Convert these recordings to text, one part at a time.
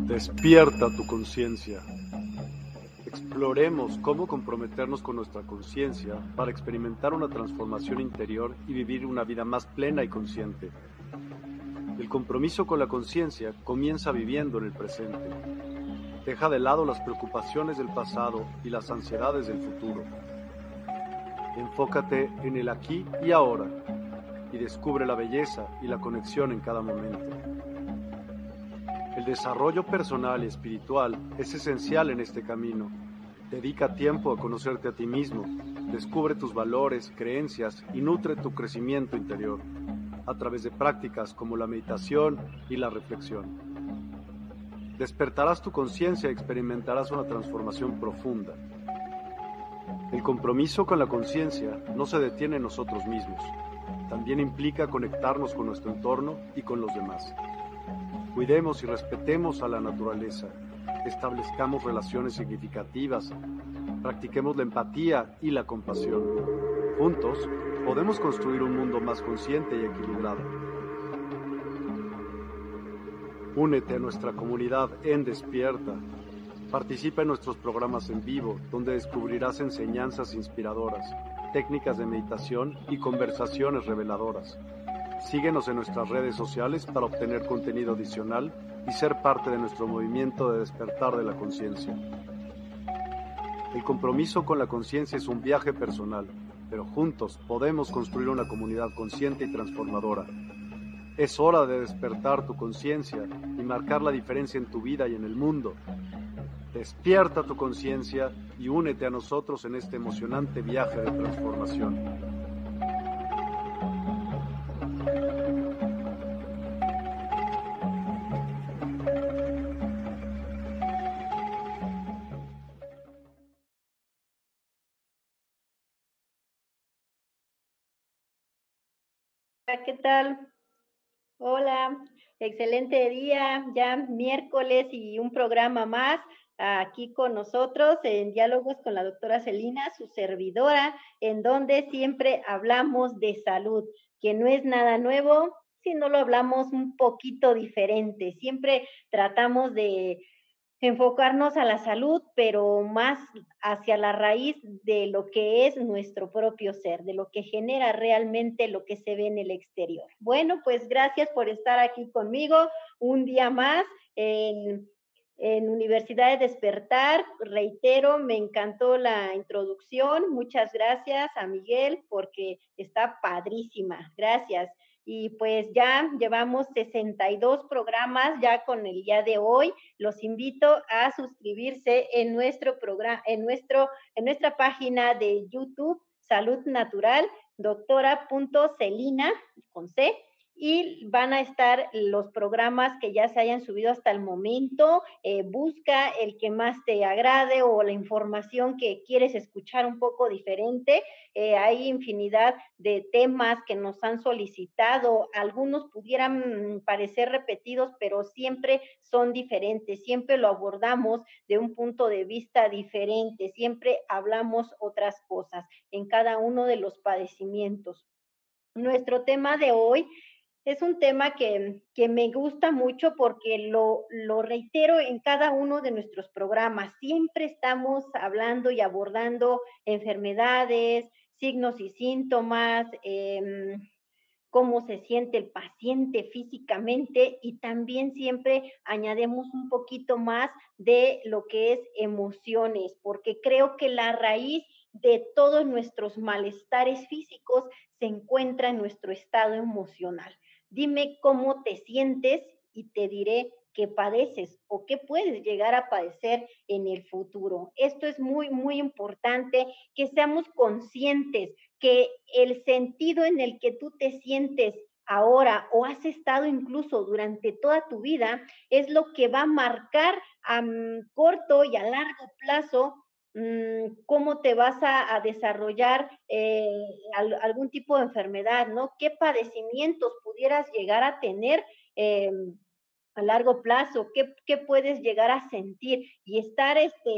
Despierta tu conciencia. Exploremos cómo comprometernos con nuestra conciencia para experimentar una transformación interior y vivir una vida más plena y consciente. El compromiso con la conciencia comienza viviendo en el presente. Deja de lado las preocupaciones del pasado y las ansiedades del futuro. Enfócate en el aquí y ahora y descubre la belleza y la conexión en cada momento. El desarrollo personal y espiritual es esencial en este camino. Dedica tiempo a conocerte a ti mismo, descubre tus valores, creencias y nutre tu crecimiento interior a través de prácticas como la meditación y la reflexión. Despertarás tu conciencia y experimentarás una transformación profunda. El compromiso con la conciencia no se detiene en nosotros mismos, también implica conectarnos con nuestro entorno y con los demás. Cuidemos y respetemos a la naturaleza, establezcamos relaciones significativas, practiquemos la empatía y la compasión. Juntos, podemos construir un mundo más consciente y equilibrado. Únete a nuestra comunidad en Despierta. Participa en nuestros programas en vivo, donde descubrirás enseñanzas inspiradoras, técnicas de meditación y conversaciones reveladoras. Síguenos en nuestras redes sociales para obtener contenido adicional y ser parte de nuestro movimiento de despertar de la conciencia. El compromiso con la conciencia es un viaje personal, pero juntos podemos construir una comunidad consciente y transformadora. Es hora de despertar tu conciencia y marcar la diferencia en tu vida y en el mundo. Despierta tu conciencia y únete a nosotros en este emocionante viaje de transformación. Hola, ¿qué tal? Hola, excelente día, ya miércoles y un programa más aquí con nosotros en Diálogos con la doctora Celina, su servidora, en donde siempre hablamos de salud, que no es nada nuevo, sino lo hablamos un poquito diferente. Siempre tratamos de enfocarnos a la salud, pero más hacia la raíz de lo que es nuestro propio ser, de lo que genera realmente lo que se ve en el exterior. Bueno, pues gracias por estar aquí conmigo un día más en Universidad de Despertar. Reitero, me encantó la introducción. Muchas gracias a Miguel porque está padrísima. Gracias. Y pues ya llevamos 62 programas ya con el día de hoy. Los invito a suscribirse en nuestro programa, en nuestra página de YouTube, Salud Natural, doctora.celina, con C, y van a estar los programas que ya se hayan subido hasta el momento. Busca el que más te agrade o la información que quieres escuchar un poco diferente. Hay infinidad de temas que nos han solicitado, algunos pudieran parecer repetidos, pero siempre son diferentes, siempre lo abordamos de un punto de vista diferente, siempre hablamos otras cosas en cada uno de los padecimientos. Nuestro tema de hoy es un tema que me gusta mucho porque lo reitero en cada uno de nuestros programas. Siempre estamos hablando y abordando enfermedades, signos y síntomas, cómo se siente el paciente físicamente y también siempre añadimos un poquito más de lo que es emociones, porque creo que la raíz de todos nuestros malestares físicos se encuentra en nuestro estado emocional. Dime cómo te sientes y te diré qué padeces o qué puedes llegar a padecer en el futuro. Esto es muy, muy importante que seamos conscientes que el sentido en el que tú te sientes ahora o has estado incluso durante toda tu vida es lo que va a marcar a corto y a largo plazo cómo te vas a desarrollar algún tipo de enfermedad, ¿no? ¿Qué padecimientos pudieras llegar a tener? A largo plazo, ¿qué puedes llegar a sentir? Y estar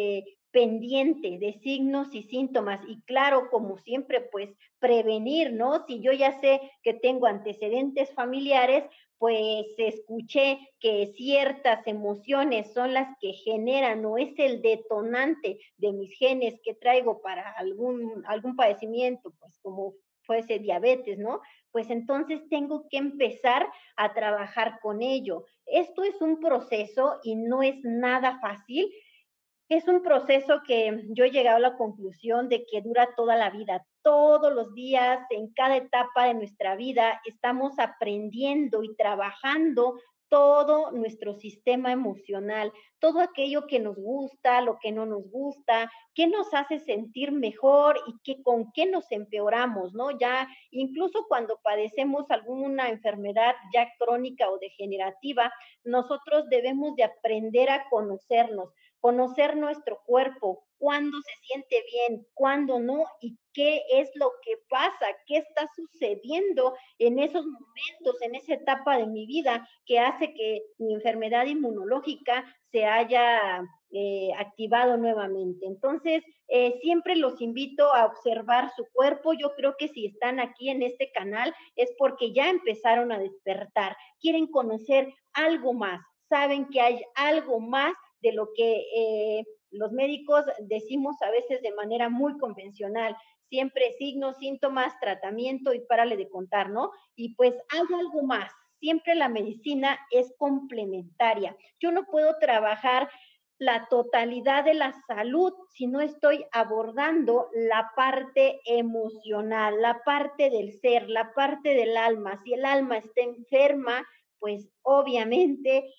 pendiente de signos y síntomas y claro, como siempre, pues prevenir, ¿no? Si yo ya sé que tengo antecedentes familiares, pues escuché que ciertas emociones son las que generan o es el detonante de mis genes que traigo para algún padecimiento, pues como fuese diabetes, ¿no? Pues entonces tengo que empezar a trabajar con ello. Esto es un proceso y no es nada fácil, es un proceso que yo he llegado a la conclusión de que dura toda la vida. Todos los días, en cada etapa de nuestra vida, estamos aprendiendo y trabajando todo nuestro sistema emocional, todo aquello que nos gusta, lo que no nos gusta, qué nos hace sentir mejor y con qué nos empeoramos, ¿no? Ya incluso cuando padecemos alguna enfermedad ya crónica o degenerativa, nosotros debemos de aprender a conocernos, conocer nuestro cuerpo, cuándo se siente bien, cuándo no y qué es lo que pasa, qué está sucediendo en esos momentos, en esa etapa de mi vida que hace que mi enfermedad inmunológica se haya activado nuevamente. Entonces, siempre los invito a observar su cuerpo. Yo creo que si están aquí en este canal es porque ya empezaron a despertar, quieren conocer algo más, saben que hay algo más de lo que los médicos decimos a veces de manera muy convencional, siempre signos, síntomas, tratamiento y párale de contar, ¿no? Y pues hago algo más. Siempre la medicina es complementaria. Yo no puedo trabajar la totalidad de la salud si no estoy abordando la parte emocional, la parte del ser, la parte del alma. Si el alma está enferma, pues obviamente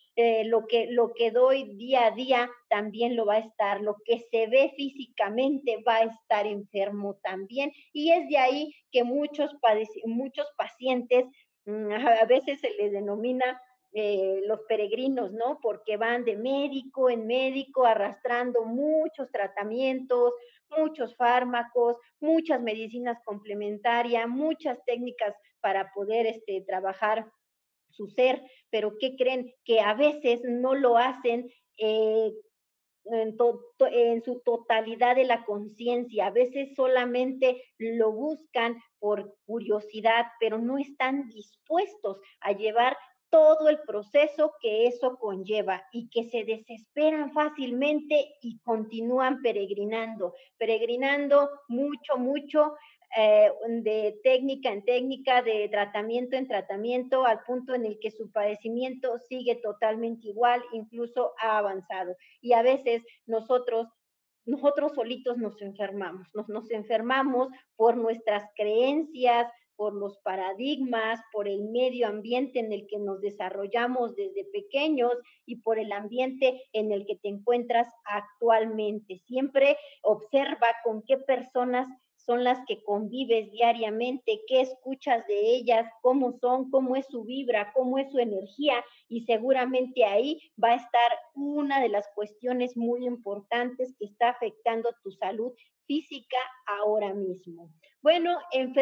lo que doy día a día también lo va a estar, lo que se ve físicamente va a estar enfermo también. Y es de ahí que muchos pacientes, a veces se les denomina los peregrinos, ¿no? Porque van de médico en médico arrastrando muchos tratamientos, muchos fármacos, muchas medicinas complementarias, muchas técnicas para poder trabajar su ser, pero ¿qué creen? Que a veces no lo hacen en su totalidad de la conciencia. A veces solamente lo buscan por curiosidad, pero no están dispuestos a llevar todo el proceso que eso conlleva y que se desesperan fácilmente y continúan peregrinando, peregrinando mucho, mucho de técnica en técnica, de tratamiento en tratamiento, al punto en el que su padecimiento sigue totalmente igual, incluso ha avanzado. Y a veces nosotros solitos nos enfermamos por nuestras creencias, por los paradigmas, por el medio ambiente en el que nos desarrollamos desde pequeños y por el ambiente en el que te encuentras actualmente. Siempre observa con qué personas son las que convives diariamente, qué escuchas de ellas, cómo son, cómo es su vibra, cómo es su energía y seguramente ahí va a estar una de las cuestiones muy importantes que está afectando tu salud física ahora mismo. Bueno,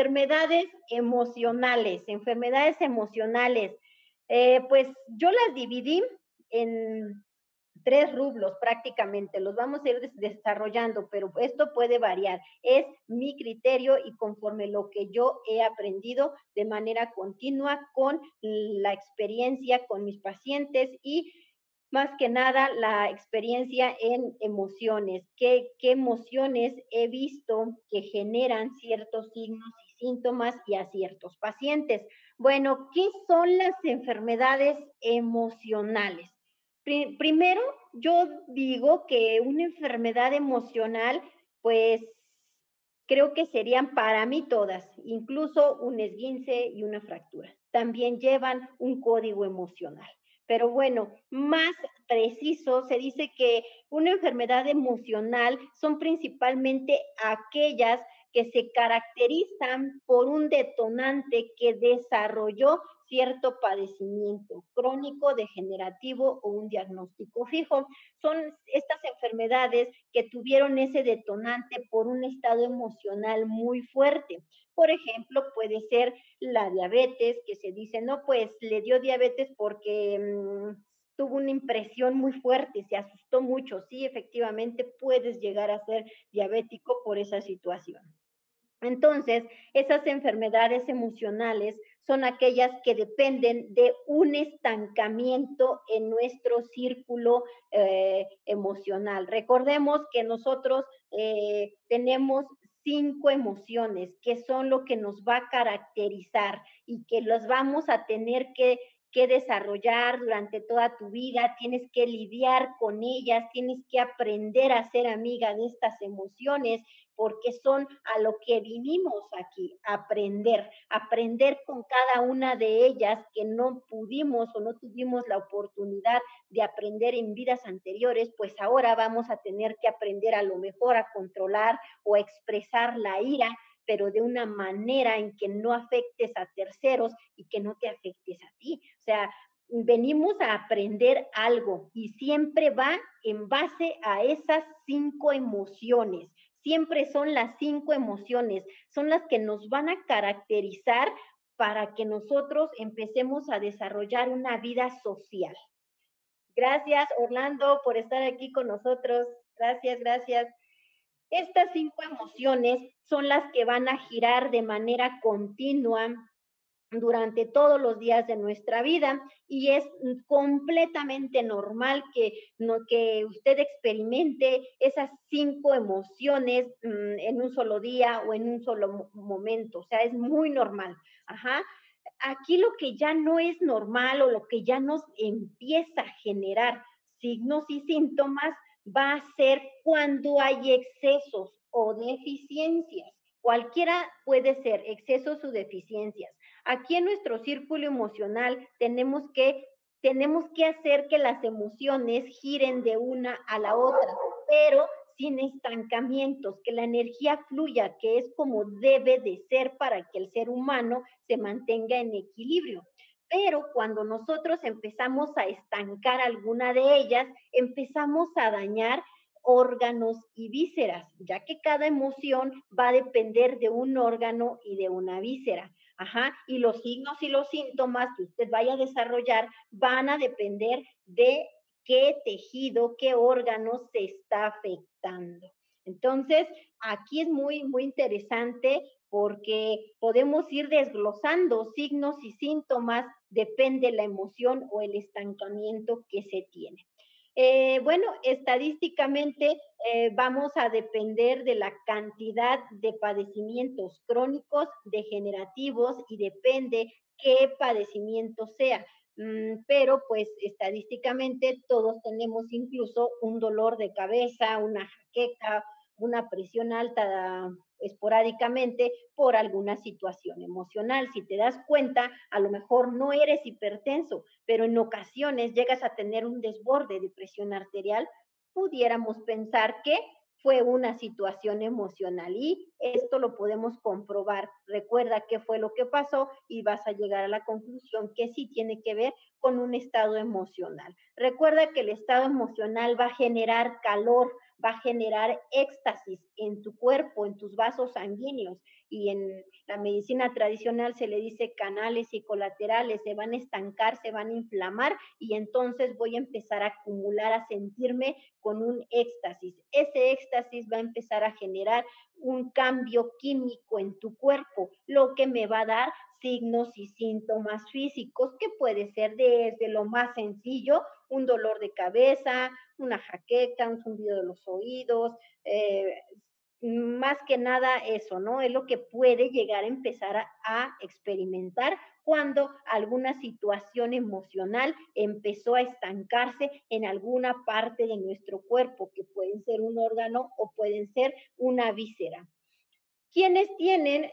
enfermedades emocionales. Pues yo las dividí en tres rublos prácticamente, los vamos a ir desarrollando, pero esto puede variar. Es mi criterio y conforme lo que yo he aprendido de manera continua con la experiencia con mis pacientes y más que nada la experiencia en emociones, qué emociones he visto que generan ciertos signos y síntomas y a ciertos pacientes. Bueno, ¿qué son las enfermedades emocionales? Primero, yo digo que una enfermedad emocional, pues creo que serían para mí todas, incluso un esguince y una fractura. También llevan un código emocional. Pero bueno, más preciso, se dice que una enfermedad emocional son principalmente aquellas que se caracterizan por un detonante que desarrolló cierto padecimiento crónico, degenerativo o un diagnóstico fijo. Son estas enfermedades que tuvieron ese detonante por un estado emocional muy fuerte. Por ejemplo, puede ser la diabetes, que se dice, no, pues le dio diabetes porque tuvo una impresión muy fuerte, se asustó mucho. Sí, efectivamente puedes llegar a ser diabético por esa situación. Entonces, esas enfermedades emocionales son aquellas que dependen de un estancamiento en nuestro círculo emocional. Recordemos que nosotros tenemos 5 emociones que son lo que nos va a caracterizar y que los vamos a tener que desarrollar durante toda tu vida, tienes que lidiar con ellas, tienes que aprender a ser amiga de estas emociones porque son a lo que vinimos aquí, aprender con cada una de ellas que no pudimos o no tuvimos la oportunidad de aprender en vidas anteriores, pues ahora vamos a tener que aprender a lo mejor a controlar o a expresar la ira, pero de una manera en que no afectes a terceros y que no te afectes a ti. O sea, venimos a aprender algo y siempre va en base a esas 5 emociones. Siempre son las 5 emociones, son las que nos van a caracterizar para que nosotros empecemos a desarrollar una vida social. Gracias, Orlando, por estar aquí con nosotros. Gracias, gracias. Estas 5 emociones son las que van a girar de manera continua durante todos los días de nuestra vida y es completamente normal que usted experimente esas 5 emociones en un solo día o en un solo momento, o sea, es muy normal. Ajá. Aquí lo que ya no es normal o lo que ya nos empieza a generar signos y síntomas va a ser cuando hay excesos o deficiencias. Cualquiera puede ser excesos o deficiencias. Aquí en nuestro círculo emocional tenemos que hacer que las emociones giren de una a la otra, pero sin estancamientos, que la energía fluya, que es como debe de ser para que el ser humano se mantenga en equilibrio. Pero cuando nosotros empezamos a estancar alguna de ellas, empezamos a dañar órganos y vísceras, ya que cada emoción va a depender de un órgano y de una víscera. Ajá, y los signos y los síntomas que usted vaya a desarrollar van a depender de qué tejido, qué órgano se está afectando. Entonces, aquí es muy, muy interesante porque podemos ir desglosando signos y síntomas, depende la emoción o el estancamiento que se tiene. Bueno, estadísticamente vamos a depender de la cantidad de padecimientos crónicos, degenerativos y depende qué padecimiento sea. Pero pues estadísticamente todos tenemos incluso un dolor de cabeza, una jaqueca, una presión alta esporádicamente por alguna situación emocional. Si te das cuenta, a lo mejor no eres hipertenso, pero en ocasiones llegas a tener un desborde de presión arterial, pudiéramos pensar que fue una situación emocional y esto lo podemos comprobar. Recuerda qué fue lo que pasó y vas a llegar a la conclusión que sí tiene que ver con un estado emocional. Recuerda que el estado emocional va a generar calor, va a generar éxtasis en tu cuerpo, en tus vasos sanguíneos y en la medicina tradicional se le dice canales y colaterales, se van a estancar, se van a inflamar y entonces voy a empezar a acumular, a sentirme con un éxtasis. Ese éxtasis va a empezar a generar un cambio químico en tu cuerpo, lo que me va a dar signos y síntomas físicos que puede ser desde lo más sencillo, un dolor de cabeza, una jaqueca, un zumbido de los oídos, más que nada eso, ¿no? Es lo que puede llegar a empezar a experimentar cuando alguna situación emocional empezó a estancarse en alguna parte de nuestro cuerpo, que pueden ser un órgano o pueden ser una víscera. ¿Quiénes tienen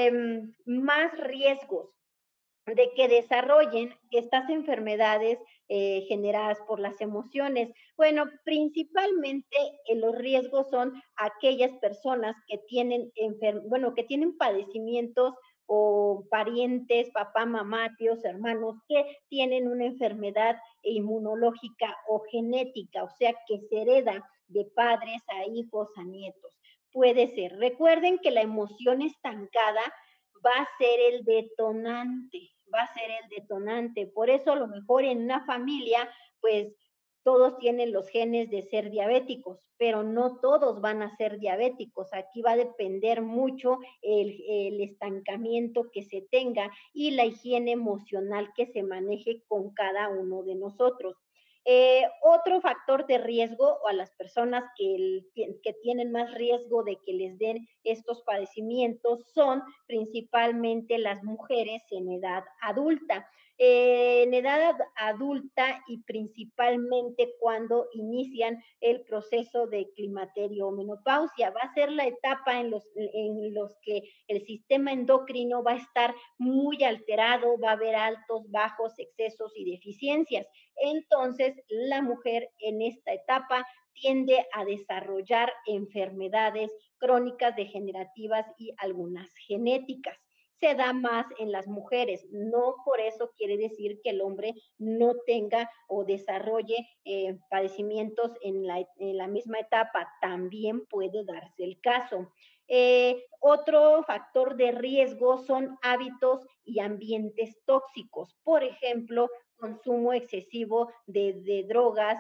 más riesgos de que desarrollen estas enfermedades generadas por las emociones? Bueno, principalmente los riesgos son aquellas personas que tienen, que tienen padecimientos o parientes, papá, mamá, tíos, hermanos, que tienen una enfermedad inmunológica o genética, o sea, que se hereda de padres a hijos, a nietos. Puede ser. Recuerden que la emoción estancada va a ser el detonante, va a ser el detonante. Por eso a lo mejor en una familia pues todos tienen los genes de ser diabéticos, pero no todos van a ser diabéticos. Aquí va a depender mucho el estancamiento que se tenga y la higiene emocional que se maneje con cada uno de nosotros. Otro factor de riesgo o a las personas que tienen más riesgo de que les den estos padecimientos son principalmente las mujeres en edad adulta. En edad adulta y principalmente cuando inician el proceso de climaterio o menopausia. Va a ser la etapa en los que el sistema endocrino va a estar muy alterado, va a haber altos, bajos, excesos y deficiencias. Entonces, la mujer en esta etapa tiende a desarrollar enfermedades crónicas degenerativas y algunas genéticas. Se da más en las mujeres, no por eso quiere decir que el hombre no tenga o desarrolle padecimientos en la misma etapa, también puede darse el caso. Otro factor de riesgo son hábitos y ambientes tóxicos, por ejemplo, consumo excesivo de drogas,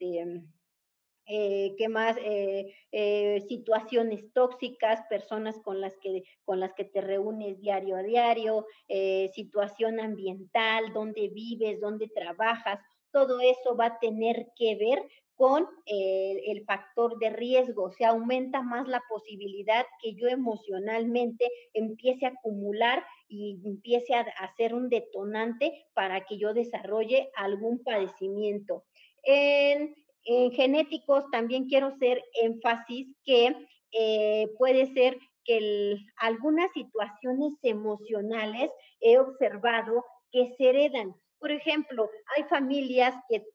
¿qué más? Situaciones tóxicas, personas con las que te reúnes diario a diario, situación ambiental, dónde vives, dónde trabajas, todo eso va a tener que ver con el factor de riesgo, o sea, aumenta más la posibilidad que yo emocionalmente empiece a acumular y empiece a hacer un detonante para que yo desarrolle algún padecimiento. En, en genéticos también quiero hacer énfasis que puede ser que algunas situaciones emocionales he observado que se heredan. Por ejemplo, hay familias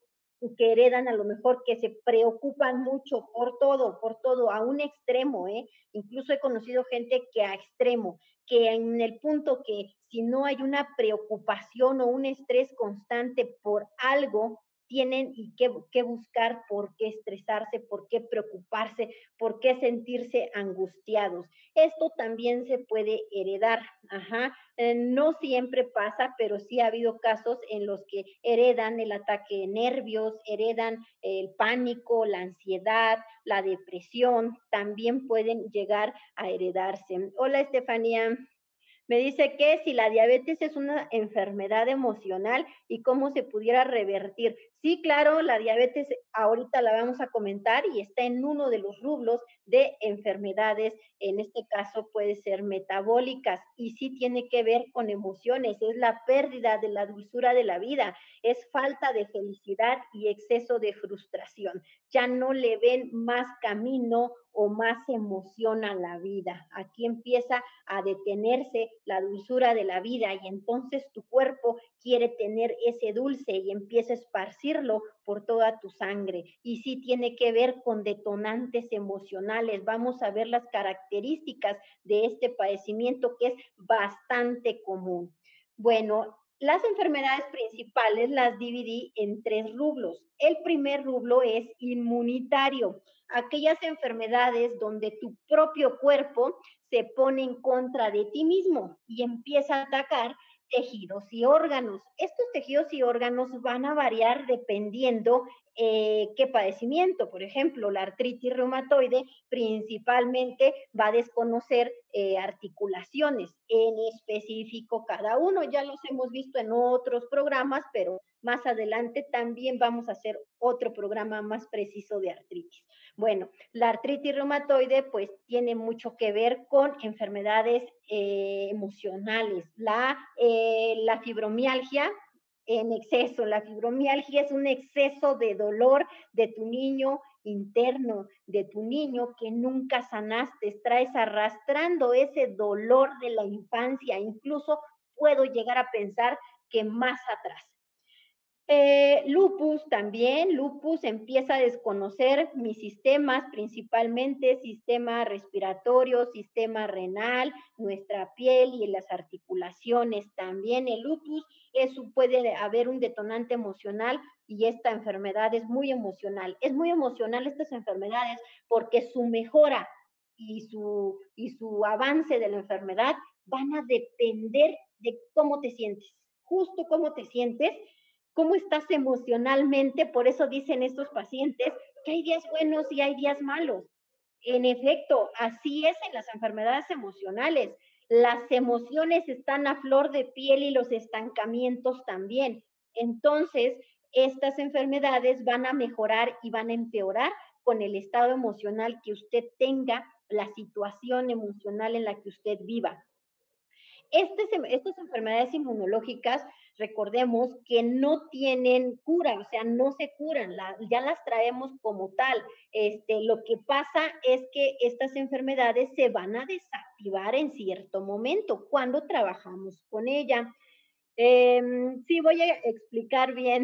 que heredan a lo mejor que se preocupan mucho por todo, a un extremo, ¿eh? Incluso he conocido gente que a extremo, que en el punto que si no hay una preocupación o un estrés constante por algo, tienen y que buscar, por qué estresarse, por qué preocuparse, por qué sentirse angustiados. Esto también se puede heredar, ajá. No siempre pasa, pero sí ha habido casos en los que heredan el ataque de nervios, heredan el pánico, la ansiedad, la depresión, también pueden llegar a heredarse. Hola, Estefanía. Me dice que si la diabetes es una enfermedad emocional y cómo se pudiera revertir. Sí, claro, la diabetes ahorita la vamos a comentar y está en uno de los rublos de enfermedades, en este caso puede ser metabólicas y sí tiene que ver con emociones, es la pérdida de la dulzura de la vida, es falta de felicidad y exceso de frustración. Ya no le ven más camino o más emoción a la vida. Aquí empieza a detenerse la dulzura de la vida y entonces tu cuerpo quiere tener ese dulce y empieza a esparcirlo por toda tu sangre. Y sí tiene que ver con detonantes emocionales. Vamos a ver las características de este padecimiento que es bastante común. Bueno, las enfermedades principales las dividí en tres rublos. El primer rublo es inmunitario, aquellas enfermedades donde tu propio cuerpo se pone en contra de ti mismo y empieza a atacar tejidos y órganos. Estos tejidos y órganos van a variar dependiendo qué padecimiento. Por ejemplo, la artritis reumatoide principalmente va a desconocer articulaciones, en específico cada uno. Ya los hemos visto en otros programas, pero más adelante también vamos a hacer otro programa más preciso de artritis. Bueno, la artritis reumatoide pues tiene mucho que ver con enfermedades emocionales. La fibromialgia en exceso, la fibromialgia es un exceso de dolor de tu niño interno, de tu niño que nunca sanaste, traes arrastrando ese dolor de la infancia, incluso puedo llegar a pensar que más atrás. Lupus también, lupus empieza a desconocer mis sistemas, principalmente sistema respiratorio, sistema renal, nuestra piel y las articulaciones. También el lupus, eso puede haber un detonante emocional y esta enfermedad es muy emocional. Es muy emocional estas enfermedades porque su mejora y su avance de la enfermedad van a depender de cómo te sientes, justo cómo te sientes cómo estás emocionalmente. Por eso dicen estos pacientes que hay días buenos y hay días malos. En efecto, así es en las enfermedades emocionales. Las emociones están a flor de piel y los estancamientos también. Entonces, estas enfermedades van a mejorar y van a empeorar con el estado emocional que usted tenga, la situación emocional en la que usted viva. Estas enfermedades inmunológicas, recordemos que no tienen cura, o sea, no se curan, ya las traemos como tal. Lo que pasa es que estas enfermedades se van a desactivar en cierto momento cuando trabajamos con ella. Sí, voy a explicar bien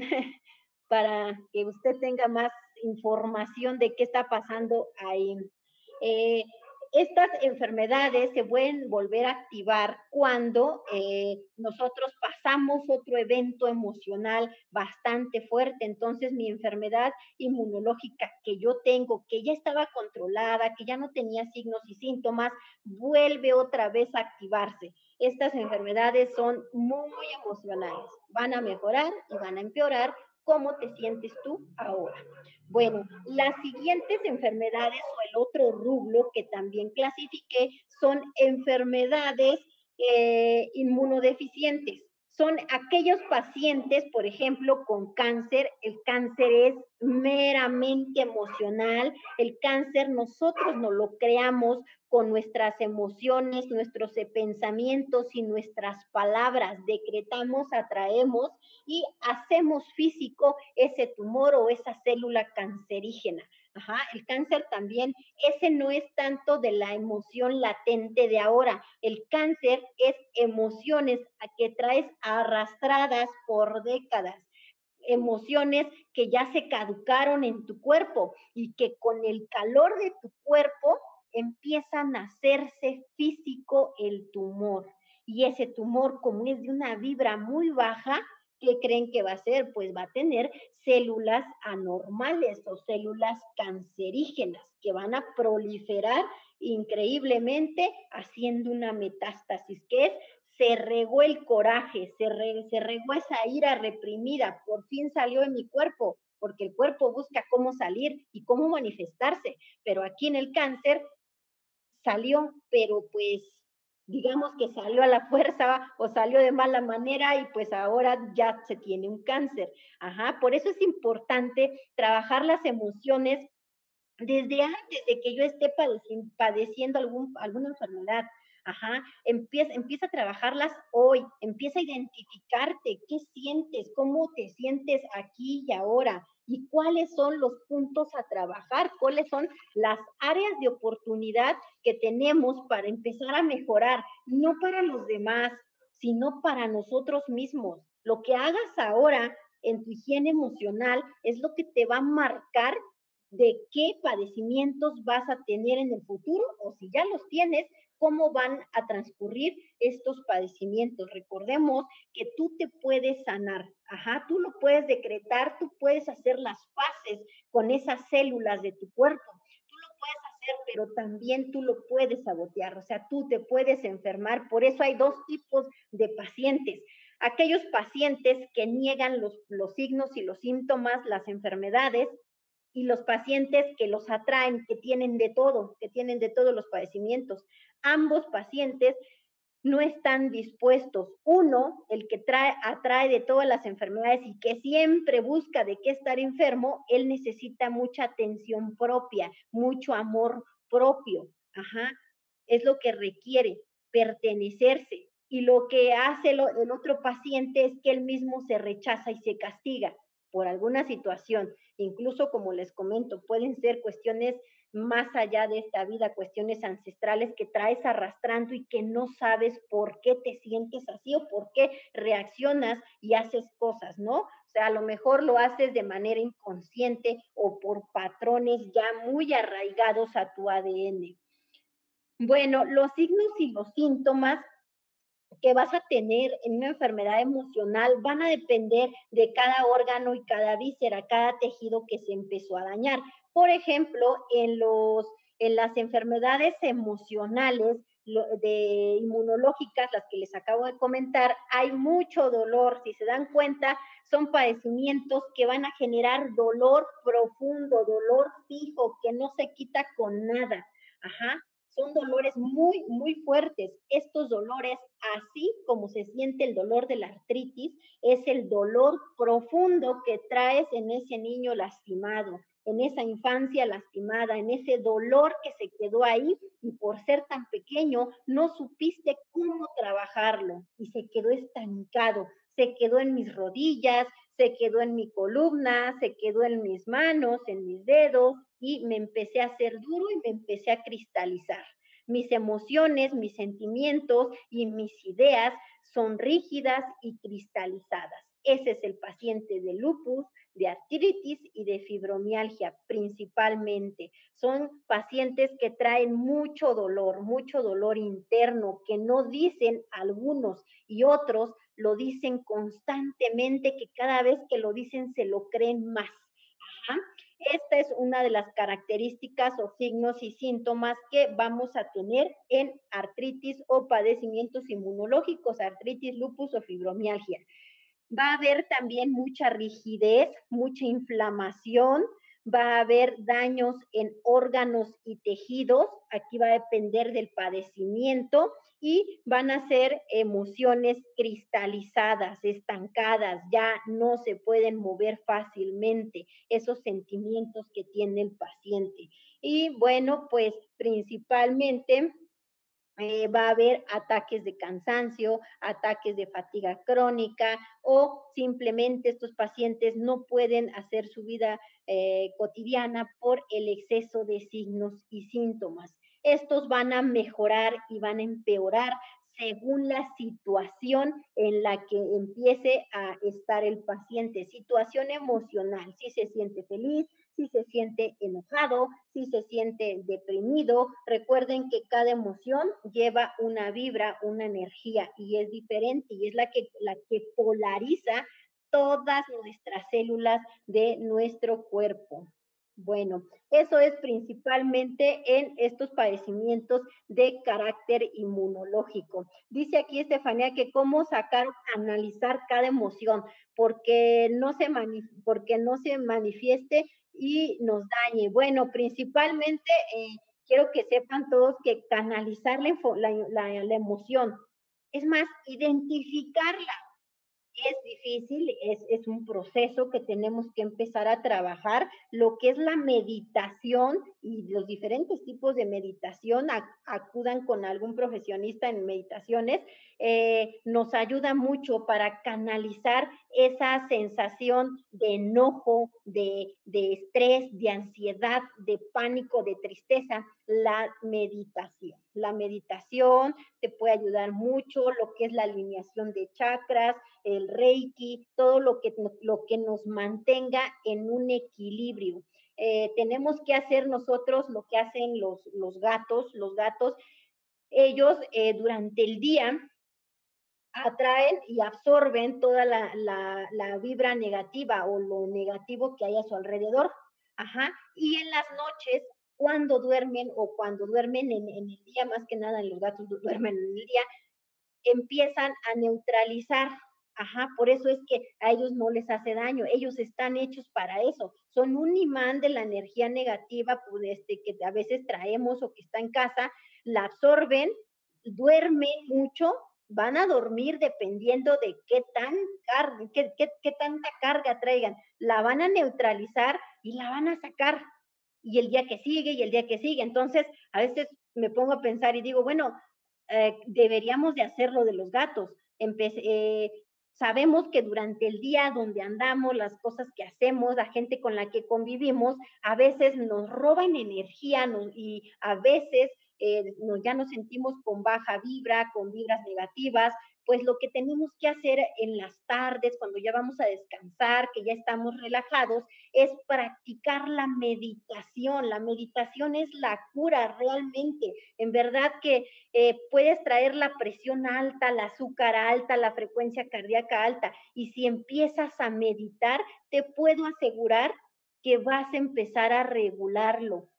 para que usted tenga más información de qué está pasando ahí. Eh, Estas enfermedades se pueden volver a activar cuando nosotros pasamos otro evento emocional bastante fuerte. Entonces, mi enfermedad inmunológica que yo tengo, que ya estaba controlada, que ya no tenía signos y síntomas, vuelve otra vez a activarse. Estas enfermedades son muy emocionales, van a mejorar y van a empeorar. ¿Cómo te sientes tú ahora? Bueno, las siguientes enfermedades o el otro rubro que también clasifiqué son enfermedades inmunodeficientes. Son aquellos pacientes, por ejemplo, con cáncer. El cáncer es meramente emocional. El cáncer nosotros no lo creamos con nuestras emociones, nuestros pensamientos y nuestras palabras. Decretamos, atraemos y hacemos físico ese tumor o esa célula cancerígena. Ajá, el cáncer también, ese no es tanto de la emoción latente de ahora. El cáncer es emociones que traes arrastradas por décadas, emociones que ya se caducaron en tu cuerpo y que con el calor de tu cuerpo empiezan a hacerse físico el tumor. Y ese tumor, como es de una vibra muy baja, ¿qué creen que va a hacer? Pues va a tener células anormales o células cancerígenas que van a proliferar increíblemente haciendo una metástasis, que es se regó el coraje, se regó esa ira reprimida, por fin salió de mi cuerpo, porque el cuerpo busca cómo salir y cómo manifestarse, pero aquí en el cáncer salió, pero pues digamos que salió a la fuerza o salió de mala manera y pues ahora ya se tiene un cáncer. Ajá, por eso es importante trabajar las emociones desde antes de que yo esté padeciendo alguna enfermedad. Ajá, empieza a trabajarlas hoy, empieza a identificarte qué sientes, cómo te sientes aquí y ahora y cuáles son los puntos a trabajar, cuáles son las áreas de oportunidad que tenemos para empezar a mejorar, no para los demás, sino para nosotros mismos. Lo que hagas ahora en tu higiene emocional es lo que te va a marcar de qué padecimientos vas a tener en el futuro o si ya los tienes, cómo van a transcurrir estos padecimientos. Recordemos que tú te puedes sanar, ajá, tú lo puedes decretar, tú puedes hacer las paces con esas células de tu cuerpo, tú lo puedes hacer, pero también tú lo puedes sabotear, o sea, tú te puedes enfermar. Por eso hay dos tipos de pacientes. Aquellos pacientes que niegan los signos y los síntomas, las enfermedades, y los pacientes que los atraen, que tienen de todo, que tienen de todos los padecimientos. Ambos pacientes no están dispuestos. Uno, el que atrae de todas las enfermedades y que siempre busca de qué estar enfermo, él necesita mucha atención propia, mucho amor propio. Ajá, es lo que requiere, pertenecerse. Y lo que hace el otro paciente es que él mismo se rechaza y se castiga por alguna situación. Incluso, como les comento, pueden ser cuestiones más allá de esta vida, cuestiones ancestrales que traes arrastrando y que no sabes por qué te sientes así o por qué reaccionas y haces cosas, ¿no? O sea, a lo mejor lo haces de manera inconsciente o por patrones ya muy arraigados a tu ADN. Bueno, los signos y los síntomas que vas a tener en una enfermedad emocional van a depender de cada órgano y cada víscera, cada tejido que se empezó a dañar. Por ejemplo, En las enfermedades emocionales, de inmunológicas, las que les acabo de comentar, hay mucho dolor. Si se dan cuenta, son padecimientos que van a generar dolor profundo, dolor fijo, que no se quita con nada. Ajá. Son dolores muy, muy fuertes. Estos dolores, así como se siente el dolor de la artritis, es el dolor profundo que traes en ese niño lastimado, en esa infancia lastimada, en ese dolor que se quedó ahí y por ser tan pequeño no supiste cómo trabajarlo y se quedó estancado, se quedó en mis rodillas, se quedó en mi columna, se quedó en mis manos, en mis dedos y me empecé a hacer duro y me empecé a cristalizar. Mis emociones, mis sentimientos y mis ideas son rígidas y cristalizadas. Ese es el paciente de lupus, de artritis y de fibromialgia principalmente. Son pacientes que traen mucho dolor interno, que no dicen algunos y otros lo dicen constantemente, que cada vez que lo dicen se lo creen más. Ajá. Esta es una de las características o signos y síntomas que vamos a tener en artritis o padecimientos inmunológicos, artritis, lupus o fibromialgia. Va a haber también mucha rigidez, mucha inflamación, va a haber daños en órganos y tejidos, aquí va a depender del padecimiento y van a ser emociones cristalizadas, estancadas, ya no se pueden mover fácilmente esos sentimientos que tiene el paciente. Y bueno, pues principalmente va a haber ataques de cansancio, ataques de fatiga crónica o simplemente estos pacientes no pueden hacer su vida cotidiana por el exceso de signos y síntomas. Estos van a mejorar y van a empeorar según la situación en la que empiece a estar el paciente. Situación emocional, si se siente feliz, si se siente enojado, si se siente deprimido. Recuerden que cada emoción lleva una vibra, una energía y es diferente y es la que polariza todas nuestras células de nuestro cuerpo. Bueno, eso es principalmente en estos padecimientos de carácter inmunológico. Dice aquí Estefanía que cómo sacar o canalizar cada emoción, porque no se manifieste y nos dañe. Bueno, principalmente quiero que sepan todos que canalizar la emoción, es más, identificarla es difícil, es un proceso que tenemos que empezar a trabajar. Lo que es la meditación y los diferentes tipos de meditación, acudan con algún profesionista en meditaciones, nos ayuda mucho para canalizar esa sensación de enojo, de estrés, de ansiedad, de pánico, de tristeza, la meditación. La meditación te puede ayudar mucho, lo que es la alineación de chakras, el reiki, todo lo que nos mantenga en un equilibrio. Tenemos que hacer nosotros lo que hacen los gatos. Los gatos, ellos durante el día atraen y absorben toda la vibra negativa o lo negativo que hay a su alrededor. Ajá. Y en las noches, cuando duermen o cuando duermen en el día, más que nada los gatos duermen en el día, empiezan a neutralizar. Ajá, por eso es que a ellos no les hace daño, ellos están hechos para eso, son un imán de la energía negativa pues, que a veces traemos o que está en casa, la absorben, duermen mucho, van a dormir dependiendo de qué tanta carga traigan, la van a neutralizar y la van a sacar, y el día que sigue, y el día que sigue, entonces a veces me pongo a pensar y digo, bueno, deberíamos de hacerlo de los gatos. Sabemos que durante el día donde andamos, las cosas que hacemos, la gente con la que convivimos, a veces nos roban energía y a veces ya nos sentimos con baja vibra, con vibras negativas, pues lo que tenemos que hacer en las tardes, cuando ya vamos a descansar, que ya estamos relajados, es practicar la meditación. La meditación es la cura realmente. En verdad que puedes traer la presión alta, el azúcar alta, la frecuencia cardíaca alta, y si empiezas a meditar, te puedo asegurar que vas a empezar a regularlo.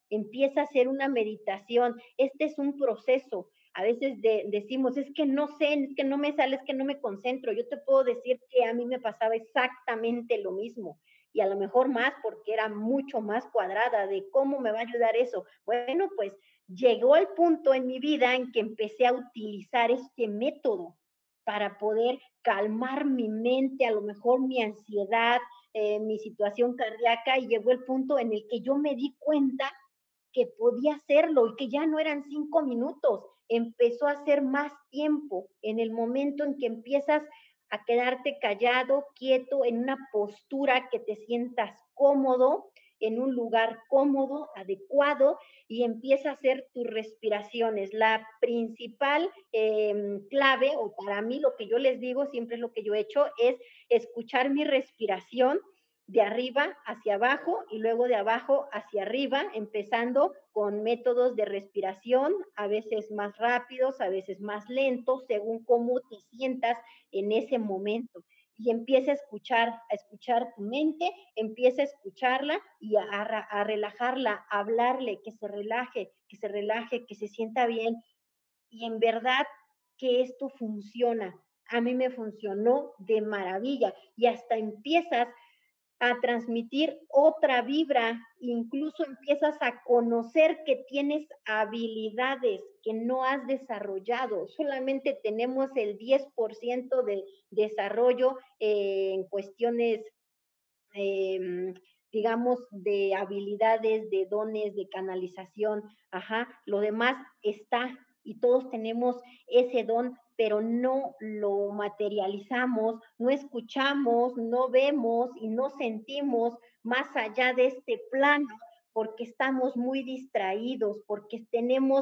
empieza a hacer una meditación. Este es un proceso. A veces decimos, es que no sé, es que no me sale, es que no me concentro. Yo te puedo decir que a mí me pasaba exactamente lo mismo y a lo mejor más porque era mucho más cuadrada de cómo me va a ayudar eso. Bueno, pues llegó el punto en mi vida en que empecé a utilizar este método para poder calmar mi mente, a lo mejor mi ansiedad, mi situación cardíaca, y llegó el punto en el que yo me di cuenta que podía hacerlo y que ya no eran 5 minutos, empezó a ser más tiempo en el momento en que empiezas a quedarte callado, quieto, en una postura que te sientas cómodo, en un lugar cómodo, adecuado, y empieza a hacer tus respiraciones. La principal clave, o para mí lo que yo les digo, siempre es lo que yo he hecho, es escuchar mi respiración de arriba hacia abajo y luego de abajo hacia arriba, empezando con métodos de respiración, a veces más rápidos, a veces más lentos, según cómo te sientas en ese momento. Y empieza a escuchar tu mente, empieza a escucharla y a relajarla, a hablarle, que se relaje, que se sienta bien. Y en verdad que esto funciona. A mí me funcionó de maravilla y hasta empiezas a transmitir otra vibra, incluso empiezas a conocer que tienes habilidades que no has desarrollado, solamente tenemos el 10% de desarrollo en cuestiones, eh, digamos, de habilidades, de dones, de canalización, ajá, lo demás está y todos tenemos ese don, pero no lo materializamos, no escuchamos, no vemos y no sentimos más allá de este plano porque estamos muy distraídos, porque tenemos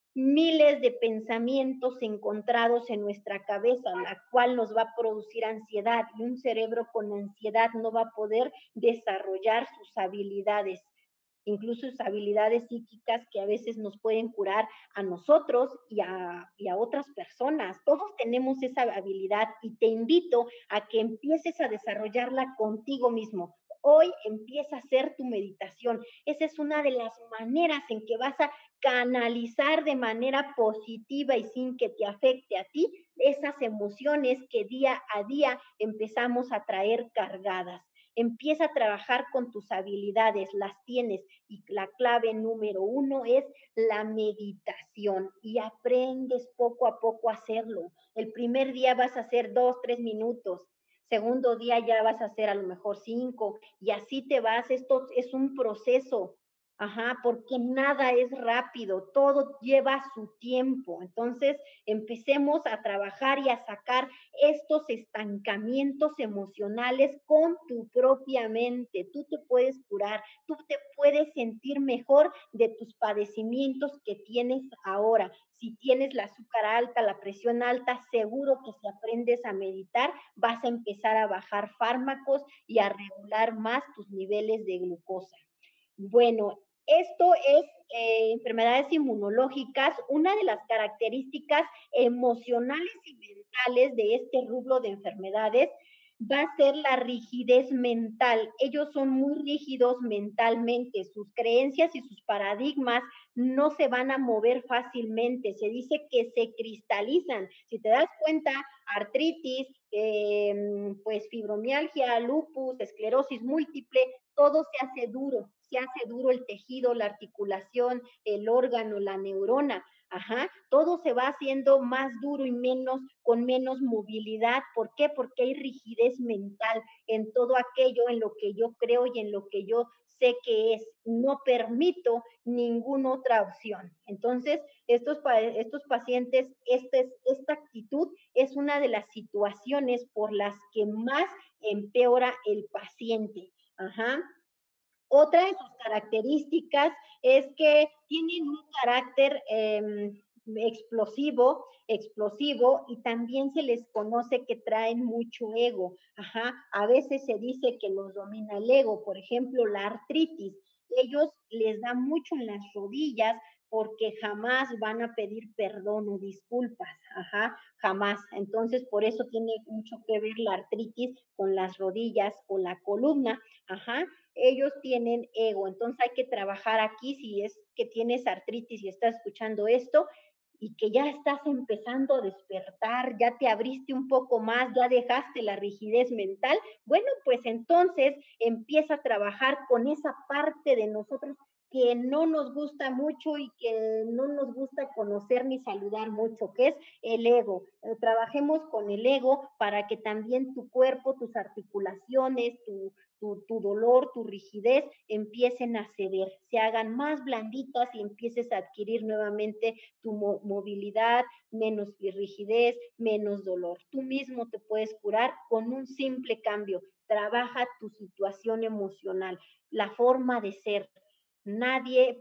miles de pensamientos encontrados en nuestra cabeza, la cual nos va a producir ansiedad y un cerebro con ansiedad no va a poder desarrollar sus habilidades, incluso sus habilidades psíquicas que a veces nos pueden curar a nosotros y a otras personas. Todos tenemos esa habilidad y te invito a que empieces a desarrollarla contigo mismo. Hoy empieza a hacer tu meditación. Esa es una de las maneras en que vas a canalizar de manera positiva y sin que te afecte a ti esas emociones que día a día empezamos a traer cargadas. Empieza a trabajar con tus habilidades, las tienes y la clave número 1 es la meditación y aprendes poco a poco a hacerlo. El primer día vas a hacer 2, 3 minutos, segundo día ya vas a hacer a lo mejor 5 y así te vas. Esto es un proceso. Ajá, porque nada es rápido, todo lleva su tiempo. Entonces, empecemos a trabajar y a sacar estos estancamientos emocionales con tu propia mente. Tú te puedes curar, tú te puedes sentir mejor de tus padecimientos que tienes ahora. Si tienes la azúcar alta, la presión alta, seguro que si aprendes a meditar, vas a empezar a bajar fármacos y a regular más tus niveles de glucosa. Bueno, esto es enfermedades inmunológicas. Una de las características emocionales y mentales de este rubro de enfermedades va a ser la rigidez mental. Ellos son muy rígidos mentalmente, sus creencias y sus paradigmas no se van a mover fácilmente. Se dice que se cristalizan. Si te das cuenta, artritis, pues fibromialgia, lupus, esclerosis múltiple, todo se hace duro el tejido, la articulación, el órgano, la neurona. Ajá, todo se va haciendo más duro y con menos movilidad. ¿Por qué? Porque hay rigidez mental en todo aquello en lo que yo creo y en lo que yo sé que es. No permito ninguna otra opción. Entonces, estos pacientes, esta actitud es una de las situaciones por las que más empeora el paciente. Ajá. Otra de sus características es que tienen un carácter explosivo y también se les conoce que traen mucho ego. Ajá. A veces se dice que los domina el ego, por ejemplo, la artritis. Ellos les da mucho en las rodillas porque jamás van a pedir perdón o disculpas, ajá, jamás. Entonces, por eso tiene mucho que ver la artritis con las rodillas o la columna, ajá. ellos tienen ego. Entonces hay que trabajar aquí si es que tienes artritis y estás escuchando esto y que ya estás empezando a despertar, ya te abriste un poco más, ya dejaste la rigidez mental, bueno, pues entonces empieza a trabajar con esa parte de nosotros que no nos gusta mucho y que no nos gusta conocer ni saludar mucho, que es el ego. Trabajemos con el ego para que también tu cuerpo, tus articulaciones, tu dolor, tu rigidez empiecen a ceder, se hagan más blanditas y empieces a adquirir nuevamente tu movilidad, menos rigidez, menos dolor. Tú mismo te puedes curar con un simple cambio. Trabaja tu situación emocional, la forma de ser. Nadie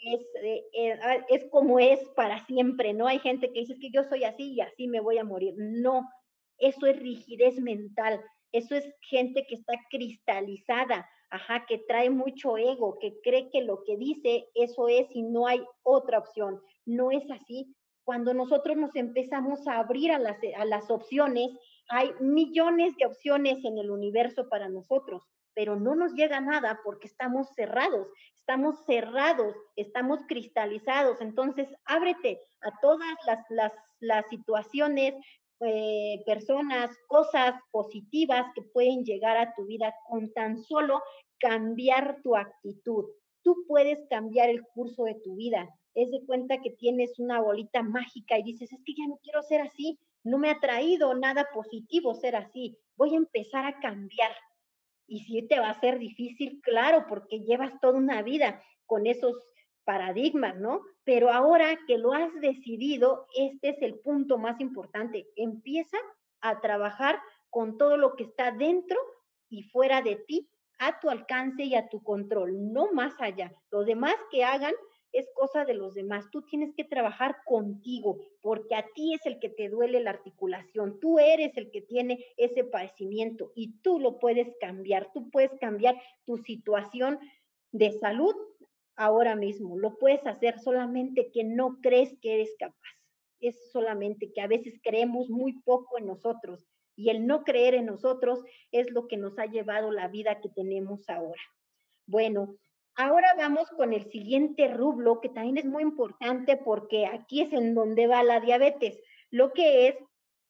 es como es para siempre, ¿no? Hay gente que dice que yo soy así y así me voy a morir. No, eso es rigidez mental, eso es gente que está cristalizada, ajá, que trae mucho ego, que cree que lo que dice eso es y no hay otra opción. No es así. Cuando nosotros nos empezamos a abrir a las opciones, hay millones de opciones en el universo para nosotros, pero no nos llega nada porque estamos cerrados, estamos cristalizados. Entonces, ábrete a todas las situaciones, personas, cosas positivas que pueden llegar a tu vida con tan solo cambiar tu actitud. Tú puedes cambiar el curso de tu vida. Es de cuenta que tienes una bolita mágica y dices, es que ya no quiero ser así, no me ha traído nada positivo ser así, voy a empezar a cambiar. Y sí te va a ser difícil, claro, porque llevas toda una vida con esos paradigmas, ¿no? Pero ahora que lo has decidido, este es el punto más importante. Empieza a trabajar con todo lo que está dentro y fuera de ti, a tu alcance y a tu control, no más allá. Los demás que hagan es cosa de los demás. Tú tienes que trabajar contigo, porque a ti es el que te duele la articulación. Tú eres el que tiene ese padecimiento y tú lo puedes cambiar. Tú puedes cambiar tu situación de salud ahora mismo. Lo puedes hacer, solamente que no crees que eres capaz. Es solamente que a veces creemos muy poco en nosotros y el no creer en nosotros es lo que nos ha llevado la vida que tenemos ahora. Bueno, ahora vamos con el siguiente rublo, que también es muy importante porque aquí es en donde va la diabetes, lo que es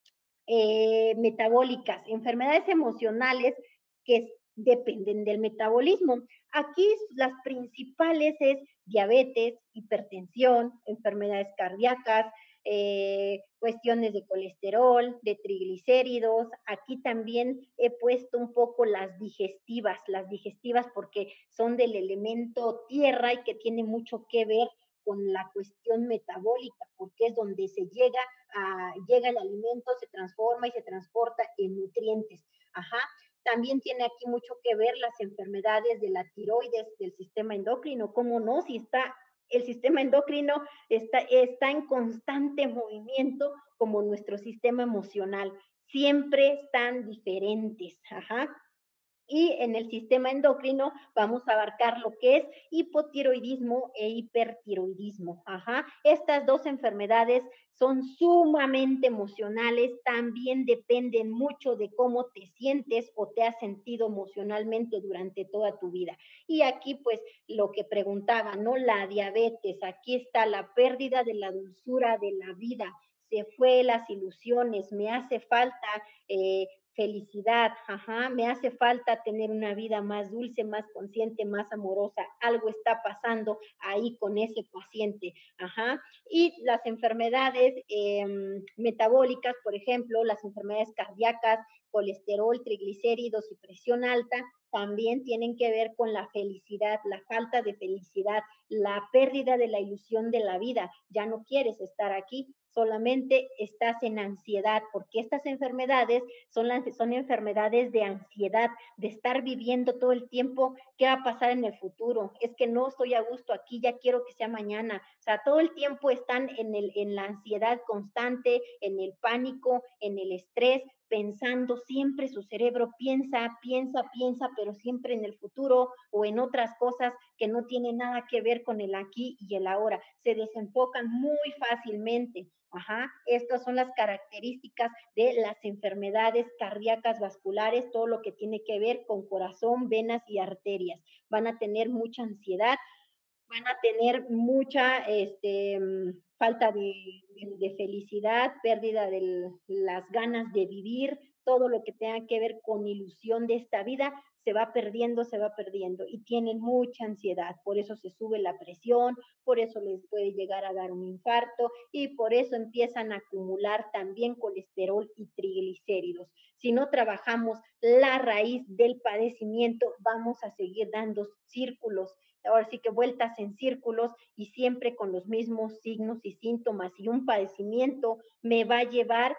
metabólicas, enfermedades emocionales que dependen del metabolismo. Aquí las principales es diabetes, hipertensión, enfermedades cardíacas, cuestiones de colesterol, de triglicéridos. Aquí también he puesto un poco las digestivas porque son del elemento tierra y que tiene mucho que ver con la cuestión metabólica, porque es donde llega el alimento, se transforma y se transporta en nutrientes. Ajá. También tiene aquí mucho que ver las enfermedades de la tiroides, del sistema endocrino, ¿cómo no? Si está el sistema endocrino está en constante movimiento como nuestro sistema emocional. Siempre están diferentes. Ajá. Y en el sistema endocrino vamos a abarcar lo que es hipotiroidismo e hipertiroidismo. Ajá. Estas dos enfermedades son sumamente emocionales, también dependen mucho de cómo te sientes o te has sentido emocionalmente durante toda tu vida. Y aquí pues lo que preguntaba, ¿no? La diabetes, aquí está la pérdida de la dulzura de la vida, se fue las ilusiones, me hace falta felicidad, ajá, me hace falta tener una vida más dulce, más consciente, más amorosa, algo está pasando ahí con ese paciente, ajá, y las enfermedades metabólicas, por ejemplo, las enfermedades cardíacas, colesterol, triglicéridos y presión alta, también tienen que ver con la felicidad, la falta de felicidad, la pérdida de la ilusión de la vida, ya no quieres estar aquí, solamente estás en ansiedad, porque estas enfermedades son enfermedades de ansiedad, de estar viviendo todo el tiempo qué va a pasar en el futuro, es que no estoy a gusto aquí, ya quiero que sea mañana, o sea, todo el tiempo están en la ansiedad constante, en el pánico, en el estrés, pensando siempre, su cerebro piensa, pero siempre en el futuro o en otras cosas que no tienen nada que ver con el aquí y el ahora. Se desenfocan muy fácilmente. Ajá, estas son las características de las enfermedades cardíacas vasculares, todo lo que tiene que ver con corazón, venas y arterias. Van a tener mucha ansiedad, van a tener mucha falta de felicidad, pérdida de las ganas de vivir, todo lo que tenga que ver con ilusión de esta vida se va perdiendo y tienen mucha ansiedad, por eso se sube la presión, por eso les puede llegar a dar un infarto y por eso empiezan a acumular también colesterol y triglicéridos. Si no trabajamos la raíz del padecimiento, vamos a seguir dando círculos, ahora sí que vueltas en círculos y siempre con los mismos signos y síntomas, y un padecimiento me va a llevar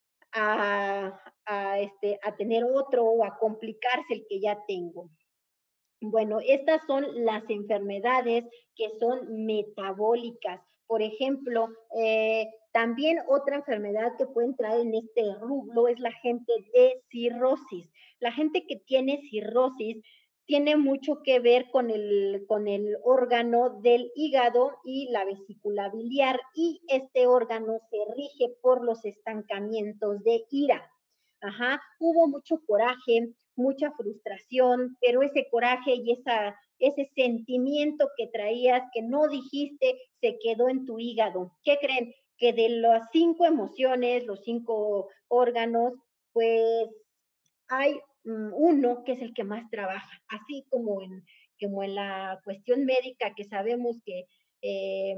a tener otro o a complicarse el que ya tengo. Bueno, estas son las enfermedades que son metabólicas. Por ejemplo, también otra enfermedad que puede entrar en este rubro es la gente de cirrosis. La gente que tiene cirrosis tiene mucho que ver con el órgano del hígado y la vesícula biliar, y este órgano se rige por los estancamientos de ira. Ajá, hubo mucho coraje, mucha frustración, pero ese coraje y ese sentimiento que traías, que no dijiste, se quedó en tu hígado. ¿Qué creen? Que de las 5 emociones, los 5 órganos, pues hay uno que es el que más trabaja, así como en la cuestión médica que sabemos que eh,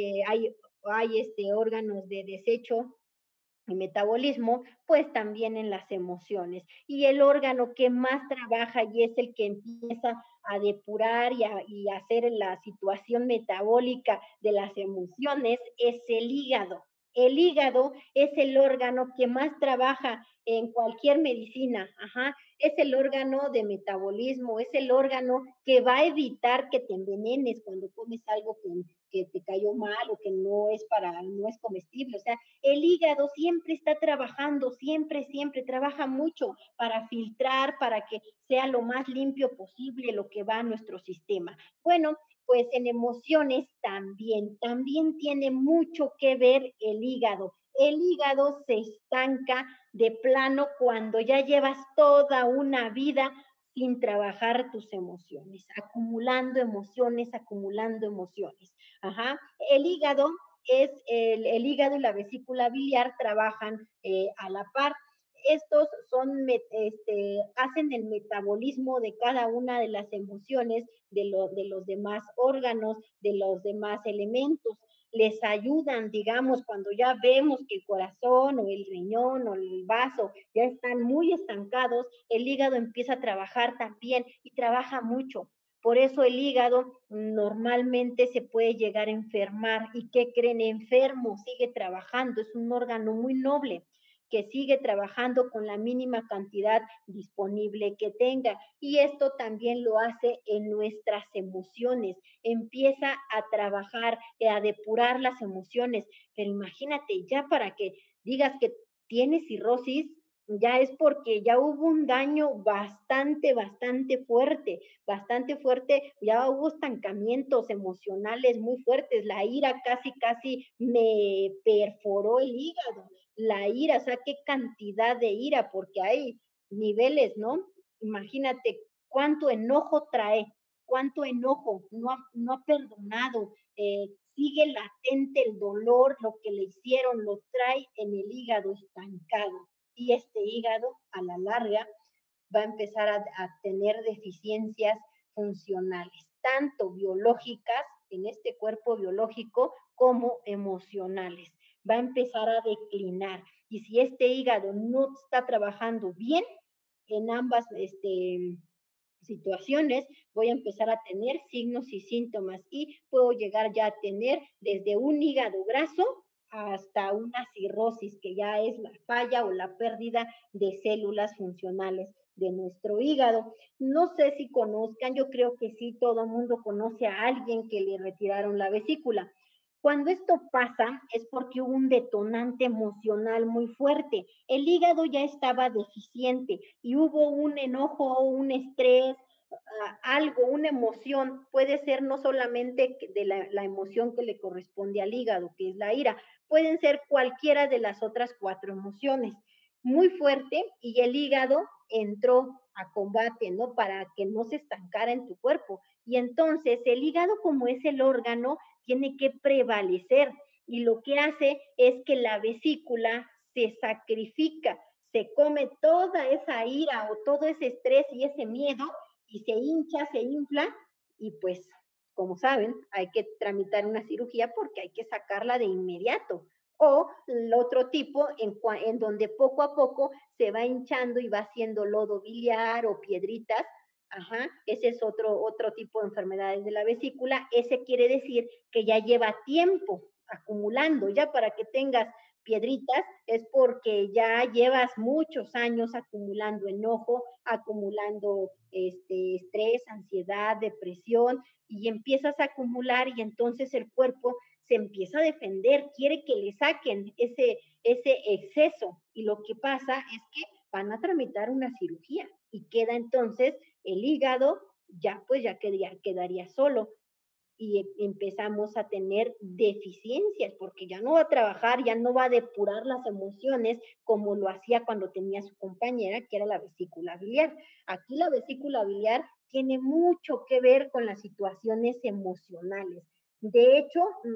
hay órganos de desecho y metabolismo, pues también en las emociones. Y el órgano que más trabaja y es el que empieza a depurar y a hacer la situación metabólica de las emociones es el hígado. El hígado es el órgano que más trabaja en cualquier medicina, ajá, es el órgano de metabolismo, es el órgano que va a evitar que te envenenes cuando comes algo que te cayó mal o que no es comestible. O sea, el hígado siempre está trabajando, siempre trabaja mucho para filtrar, para que sea lo más limpio posible lo que va a nuestro sistema. Bueno, pues en emociones también tiene mucho que ver el hígado. El hígado se estanca de plano cuando ya llevas toda una vida sin trabajar tus emociones, acumulando emociones. Ajá. El hígado el hígado y la vesícula biliar trabajan a la par. Estos hacen el metabolismo de cada una de las emociones de los demás órganos, de los demás elementos. Les ayudan, digamos, cuando ya vemos que el corazón o el riñón o el vaso ya están muy estancados, el hígado empieza a trabajar también y trabaja mucho. Por eso el hígado normalmente se puede llegar a enfermar. ¿Y qué creen? Enfermo, sigue trabajando, es un órgano muy noble que sigue trabajando con la mínima cantidad disponible que tenga. Y esto también lo hace en nuestras emociones. Empieza a trabajar, a depurar las emociones. Pero imagínate, ya para que digas que tienes cirrosis, ya es porque ya hubo un daño bastante fuerte, ya hubo estancamientos emocionales muy fuertes, la ira casi me perforó el hígado, la ira, o sea, qué cantidad de ira, porque hay niveles, ¿no? Imagínate cuánto enojo trae, cuánto enojo, no ha perdonado, sigue latente el dolor, lo que le hicieron, lo trae en el hígado estancado. Y este hígado, a la larga, va a empezar tener deficiencias funcionales, tanto biológicas en este cuerpo biológico como emocionales. Va a empezar a declinar. Y si este hígado no está trabajando bien en ambas situaciones, voy a empezar a tener signos y síntomas y puedo llegar ya a tener desde un hígado graso hasta una cirrosis, que ya es la falla o la pérdida de células funcionales de nuestro hígado. No sé si conozcan, yo creo que sí, todo el mundo conoce a alguien que le retiraron la vesícula. Cuando esto pasa es porque hubo un detonante emocional muy fuerte. El hígado ya estaba deficiente y hubo un enojo, un estrés, algo, una emoción. Puede ser no solamente de la emoción que le corresponde al hígado, que es la ira, pueden ser cualquiera de las otras 4 emociones. Muy fuerte y el hígado entró a combate, ¿no? Para que no se estancara en tu cuerpo. Y entonces el hígado, como es el órgano, tiene que prevalecer y lo que hace es que la vesícula se sacrifica, se come toda esa ira o todo ese estrés y ese miedo y se hincha, se infla y pues, como saben, hay que tramitar una cirugía porque hay que sacarla de inmediato. O el otro tipo en donde poco a poco se va hinchando y va haciendo lodo biliar o piedritas. Ajá, ese es otro tipo de enfermedades de la vesícula. Ese quiere decir que ya lleva tiempo acumulando, ya para que tengas piedritas es porque ya llevas muchos años acumulando enojo, acumulando estrés, ansiedad, depresión y empiezas a acumular y entonces el cuerpo se empieza a defender, quiere que le saquen ese exceso y lo que pasa es que van a tramitar una cirugía y queda entonces el hígado ya pues ya quedaría solo y empezamos a tener deficiencias porque ya no va a trabajar, ya no va a depurar las emociones como lo hacía cuando tenía su compañera, que era la vesícula biliar. Aquí la vesícula biliar tiene mucho que ver con las situaciones emocionales. De hecho,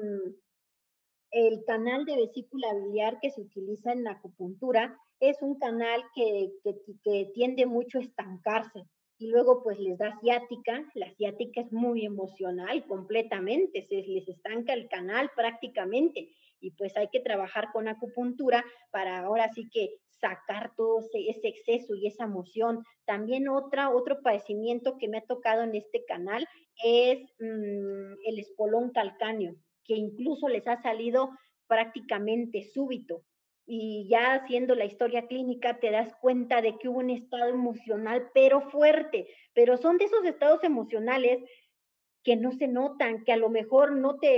el canal de vesícula biliar que se utiliza en la acupuntura es un canal que tiende mucho a estancarse y luego pues les da ciática, la ciática es muy emocional completamente, se les estanca el canal prácticamente y pues hay que trabajar con acupuntura para ahora sí que sacar todo ese exceso y esa emoción. También otro padecimiento que me ha tocado en este canal es el espolón calcáneo que incluso les ha salido prácticamente súbito. Y ya haciendo la historia clínica te das cuenta de que hubo un estado emocional, pero fuerte, pero son de esos estados emocionales que no se notan, que a lo mejor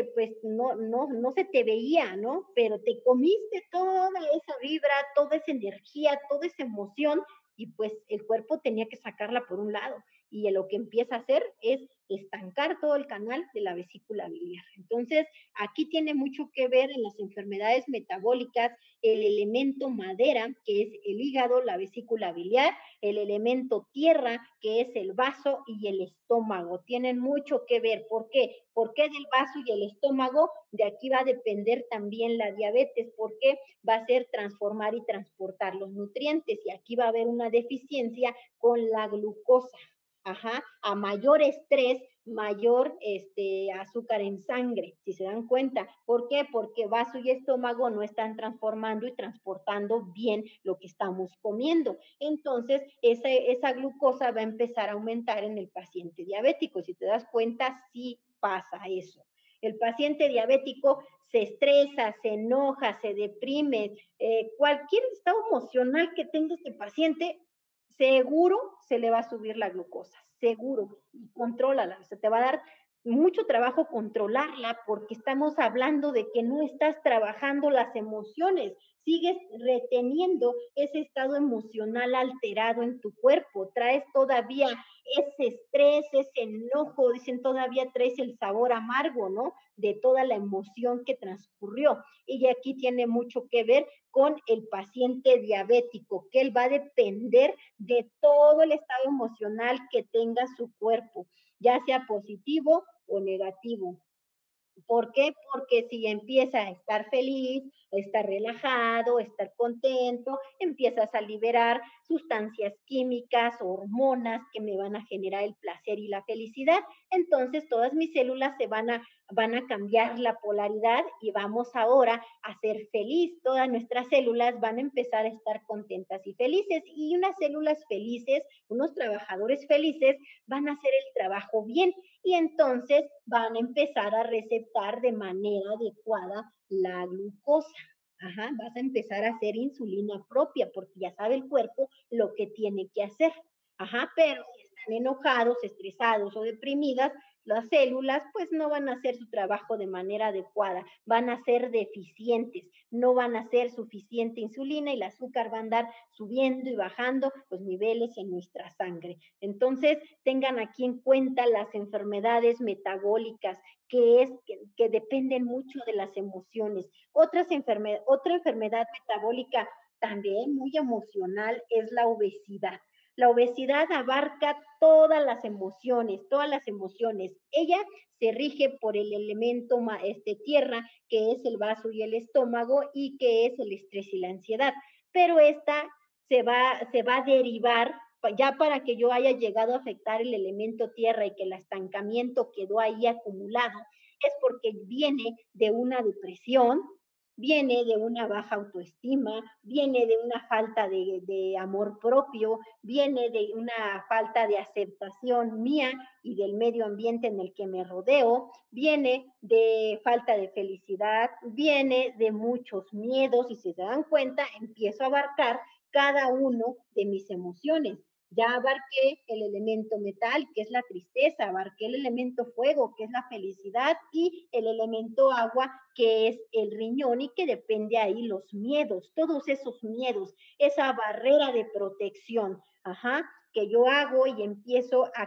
no se te veía, ¿no? Pero te comiste toda esa vibra, toda esa energía, toda esa emoción y pues el cuerpo tenía que sacarla por un lado y lo que empieza a hacer es estancar todo el canal de la vesícula biliar. Entonces, aquí tiene mucho que ver en las enfermedades metabólicas el elemento madera, que es el hígado, la vesícula biliar, el elemento tierra, que es el vaso y el estómago. Tienen mucho que ver. ¿Por qué? ¿Por qué del vaso y el estómago? De aquí va a depender también la diabetes, porque va a ser transformar y transportar los nutrientes y aquí va a haber una deficiencia con la glucosa. Ajá, a mayor estrés, mayor azúcar en sangre, si se dan cuenta. ¿Por qué? Porque vaso y estómago no están transformando y transportando bien lo que estamos comiendo. Entonces, esa glucosa va a empezar a aumentar en el paciente diabético. Si te das cuenta, sí pasa eso. El paciente diabético se estresa, se enoja, se deprime, cualquier estado emocional que tenga este paciente, seguro se le va a subir la glucosa, seguro, y contrólala, o sea, te va a dar mucho trabajo controlarla porque estamos hablando de que no estás trabajando las emociones, sigues reteniendo ese estado emocional alterado en tu cuerpo, traes todavía ese estrés, ese enojo, dicen todavía traes el sabor amargo, ¿no? De toda la emoción que transcurrió. Y aquí tiene mucho que ver con el paciente diabético, que él va a depender de todo el estado emocional que tenga su cuerpo, ya sea positivo o negativo. ¿Por qué? Porque si empieza a estar feliz, a estar relajado, a estar contento, empiezas a liberar sustancias químicas, hormonas que me van a generar el placer y la felicidad. Entonces todas mis células van a cambiar la polaridad y vamos ahora a ser feliz. Todas nuestras células van a empezar a estar contentas y felices. Y unas células felices, unos trabajadores felices van a hacer el trabajo bien y entonces van a empezar a receptar de manera adecuada la glucosa. Ajá, vas a empezar a hacer insulina propia porque ya sabe el cuerpo lo que tiene que hacer. Ajá, pero si están enojados, estresados o deprimidas, las células pues no van a hacer su trabajo de manera adecuada, van a ser deficientes, no van a ser suficiente insulina y el azúcar va a andar subiendo y bajando los niveles en nuestra sangre. Entonces, tengan aquí en cuenta las enfermedades metabólicas, que dependen mucho de las emociones. Otra enfermedad metabólica también muy emocional es la obesidad. La obesidad abarca todas las emociones, todas las emociones. Ella se rige por el elemento tierra, que es el vaso y el estómago, y que es el estrés y la ansiedad. Pero esta se va a derivar, ya para que yo haya llegado a afectar el elemento tierra y que el estancamiento quedó ahí acumulado, es porque viene de una depresión, viene de una baja autoestima, viene de una falta de amor propio, viene de una falta de aceptación mía y del medio ambiente en el que me rodeo, viene de falta de felicidad, viene de muchos miedos y si se dan cuenta, empiezo a abarcar cada uno de mis emociones. Ya abarqué el elemento metal, que es la tristeza, abarqué el elemento fuego, que es la felicidad, y el elemento agua, que es el riñón, y que depende ahí los miedos, todos esos miedos, esa barrera de protección, que yo hago y empiezo a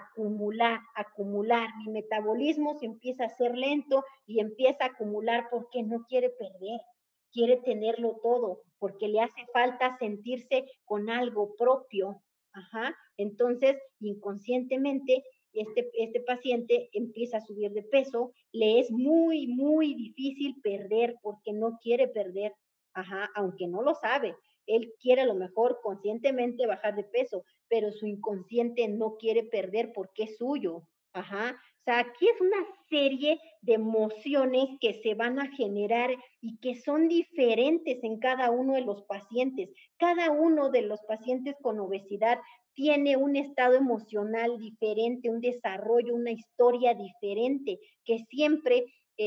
acumular, mi metabolismo se empieza a hacer lento y empieza a acumular porque no quiere perder, quiere tenerlo todo, porque le hace falta sentirse con algo propio. Entonces, inconscientemente, este paciente empieza a subir de peso, le es muy, muy difícil perder porque no quiere perder, aunque no lo sabe. Él quiere a lo mejor conscientemente bajar de peso, pero su inconsciente no quiere perder porque es suyo. O sea, aquí es una serie de emociones que se van a generar y que son diferentes en cada uno de los pacientes. Cada uno de los pacientes con obesidad tiene un estado emocional diferente, un desarrollo, una historia diferente, que siempre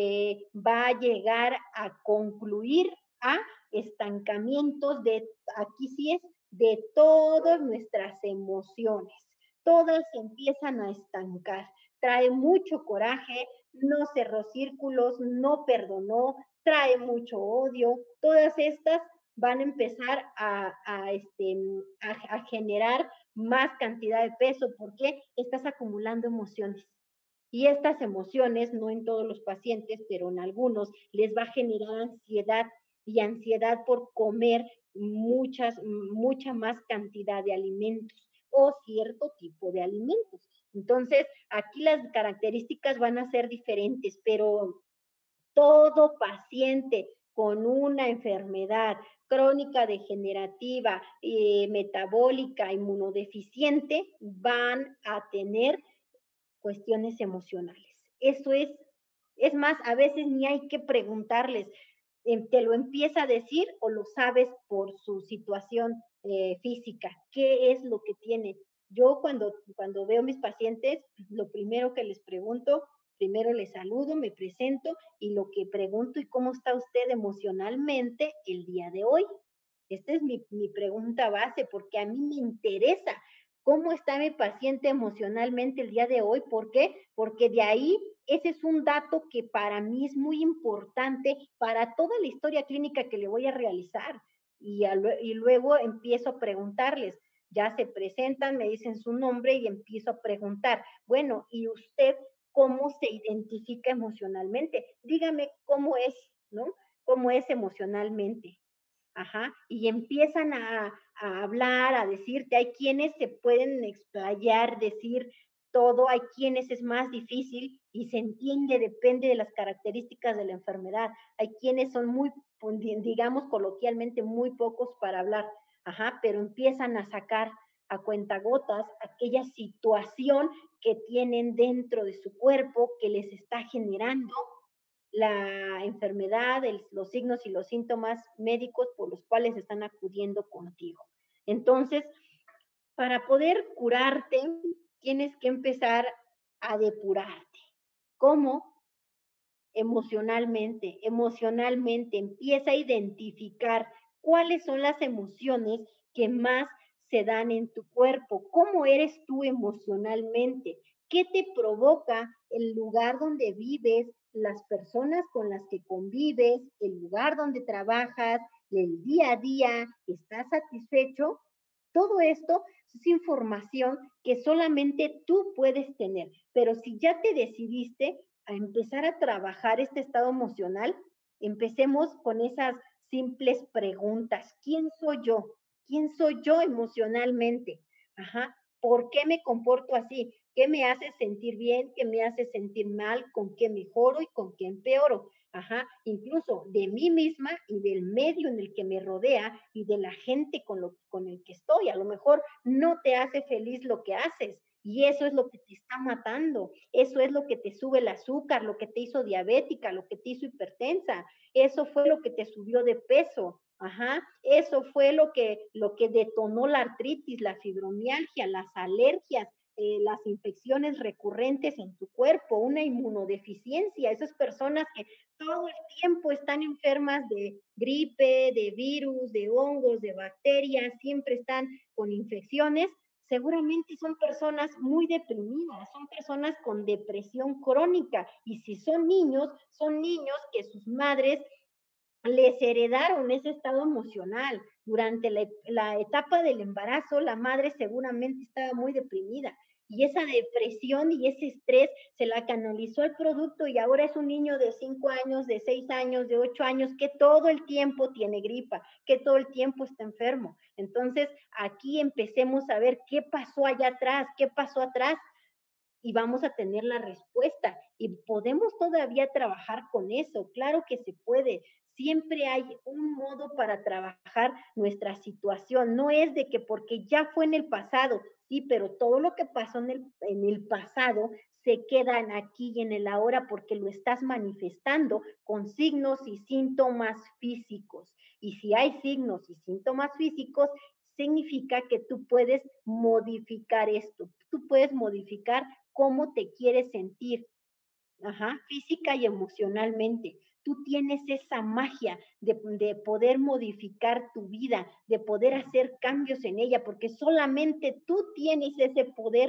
va a llegar a concluir a estancamientos aquí sí es, de todas nuestras emociones. Todas se empiezan a estancar. Trae mucho coraje, no cerró círculos, no perdonó, trae mucho odio. Todas estas van a empezar a generar más cantidad de peso porque estás acumulando emociones. Y estas emociones, no en todos los pacientes, pero en algunos, les va a generar ansiedad y ansiedad por comer mucha más cantidad de alimentos o cierto tipo de alimentos. Entonces, aquí las características van a ser diferentes, pero todo paciente con una enfermedad crónica degenerativa, metabólica, inmunodeficiente, van a tener cuestiones emocionales. Eso es más, a veces ni hay que preguntarles, te lo empieza a decir o lo sabes por su situación física, qué es lo que tiene. Yo cuando veo mis pacientes, lo primero que les pregunto, primero les saludo, me presento y lo que pregunto, ¿y cómo está usted emocionalmente el día de hoy? Esta es mi pregunta base, porque a mí me interesa cómo está mi paciente emocionalmente el día de hoy. ¿Por qué? Porque de ahí ese es un dato que para mí es muy importante para toda la historia clínica que le voy a realizar. Y luego empiezo a preguntarles, ya se presentan, me dicen su nombre y empiezo a preguntar, bueno, ¿y usted cómo se identifica emocionalmente? Dígame cómo es, ¿no? ¿Cómo es emocionalmente? Y empiezan a hablar, a decirte, hay quienes se pueden explayar, decir todo, hay quienes es más difícil y se entiende, depende de las características de la enfermedad, hay quienes son muy, digamos coloquialmente, muy pocos para hablar, pero empiezan a sacar a cuentagotas aquella situación que tienen dentro de su cuerpo que les está generando la enfermedad, los signos y los síntomas médicos por los cuales están acudiendo contigo. Entonces, para poder curarte, tienes que empezar a depurarte. ¿Cómo? Emocionalmente empieza a identificar cuáles son las emociones que más se dan en tu cuerpo, cómo eres tú emocionalmente, ¿Qué te provoca el lugar donde vives, las personas con las que convives, el lugar donde trabajas, el día a día? ¿Estás satisfecho? Todo esto es información que solamente tú puedes tener, pero si ya te decidiste a empezar a trabajar este estado emocional, empecemos con esas simples preguntas. ¿Quién soy yo? ¿Quién soy yo emocionalmente? Ajá. ¿Por qué me comporto así? ¿Qué me hace sentir bien? ¿Qué me hace sentir mal? ¿Con qué mejoro y con qué empeoro? Ajá, incluso de mí misma y del medio en el que me rodea y de la gente con el que estoy. A lo mejor no te hace feliz lo que haces y eso es lo que te está matando. Eso es lo que te sube el azúcar, lo que te hizo diabética, lo que te hizo hipertensa. Eso fue lo que te subió de peso. Ajá, eso fue lo que detonó la artritis, la fibromialgia, las alergias, las infecciones recurrentes en tu cuerpo, una inmunodeficiencia, esas personas que todo el tiempo están enfermas de gripe, de virus, de hongos, de bacterias, siempre están con infecciones, seguramente son personas muy deprimidas, son personas con depresión crónica y si son niños que sus madres les heredaron ese estado emocional. Durante la etapa del embarazo, la madre seguramente estaba muy deprimida y esa depresión y ese estrés se la canalizó al producto y ahora es un niño de 5 años, de 6 años, de 8 años que todo el tiempo tiene gripa, que todo el tiempo está enfermo. Entonces, aquí empecemos a ver qué pasó allá atrás, qué pasó atrás y vamos a tener la respuesta y podemos todavía trabajar con eso, claro que se puede. Siempre hay un modo para trabajar nuestra situación, no es de que porque ya fue en el pasado, sí, pero todo lo que pasó en el pasado se queda en aquí y en el ahora porque lo estás manifestando con signos y síntomas físicos. Y si hay signos y síntomas físicos, significa que tú puedes modificar esto, tú puedes modificar cómo te quieres sentir, ajá, física y emocionalmente. Tú tienes esa magia de poder modificar tu vida, de poder hacer cambios en ella, porque solamente tú tienes ese poder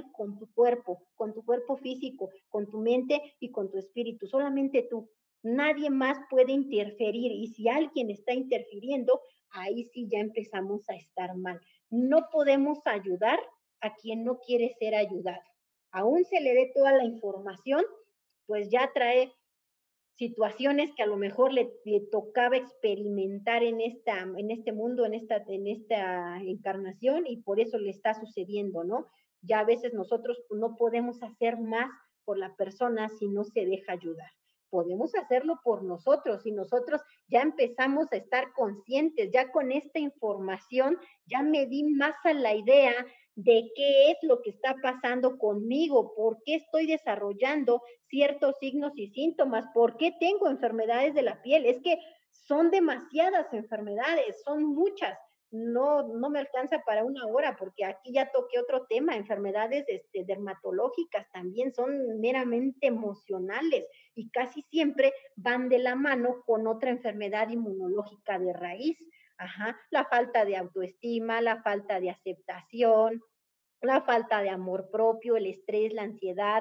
con tu cuerpo físico, con tu mente y con tu espíritu, solamente tú. Nadie más puede interferir y si alguien está interfiriendo, ahí sí ya empezamos a estar mal. No podemos ayudar a quien no quiere ser ayudado. Aún se le dé toda la información, pues ya trae situaciones que a lo mejor le tocaba experimentar en este mundo, en esta encarnación, y por eso le está sucediendo, ¿no? Ya a veces nosotros no podemos hacer más por la persona si no se deja ayudar. Podemos hacerlo por nosotros y nosotros ya empezamos a estar conscientes, ya con esta información ya me di más a la idea de qué es lo que está pasando conmigo, por qué estoy desarrollando ciertos signos y síntomas, por qué tengo enfermedades de la piel. Es que son demasiadas enfermedades, son muchas. No me alcanza para una hora porque aquí ya toqué otro tema, enfermedades dermatológicas también son meramente emocionales y casi siempre van de la mano con otra enfermedad inmunológica de raíz. Ajá, la falta de autoestima, la falta de aceptación, la falta de amor propio, el estrés, la ansiedad,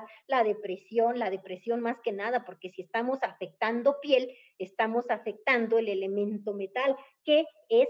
la depresión más que nada, porque si estamos afectando piel, estamos afectando el elemento metal, que es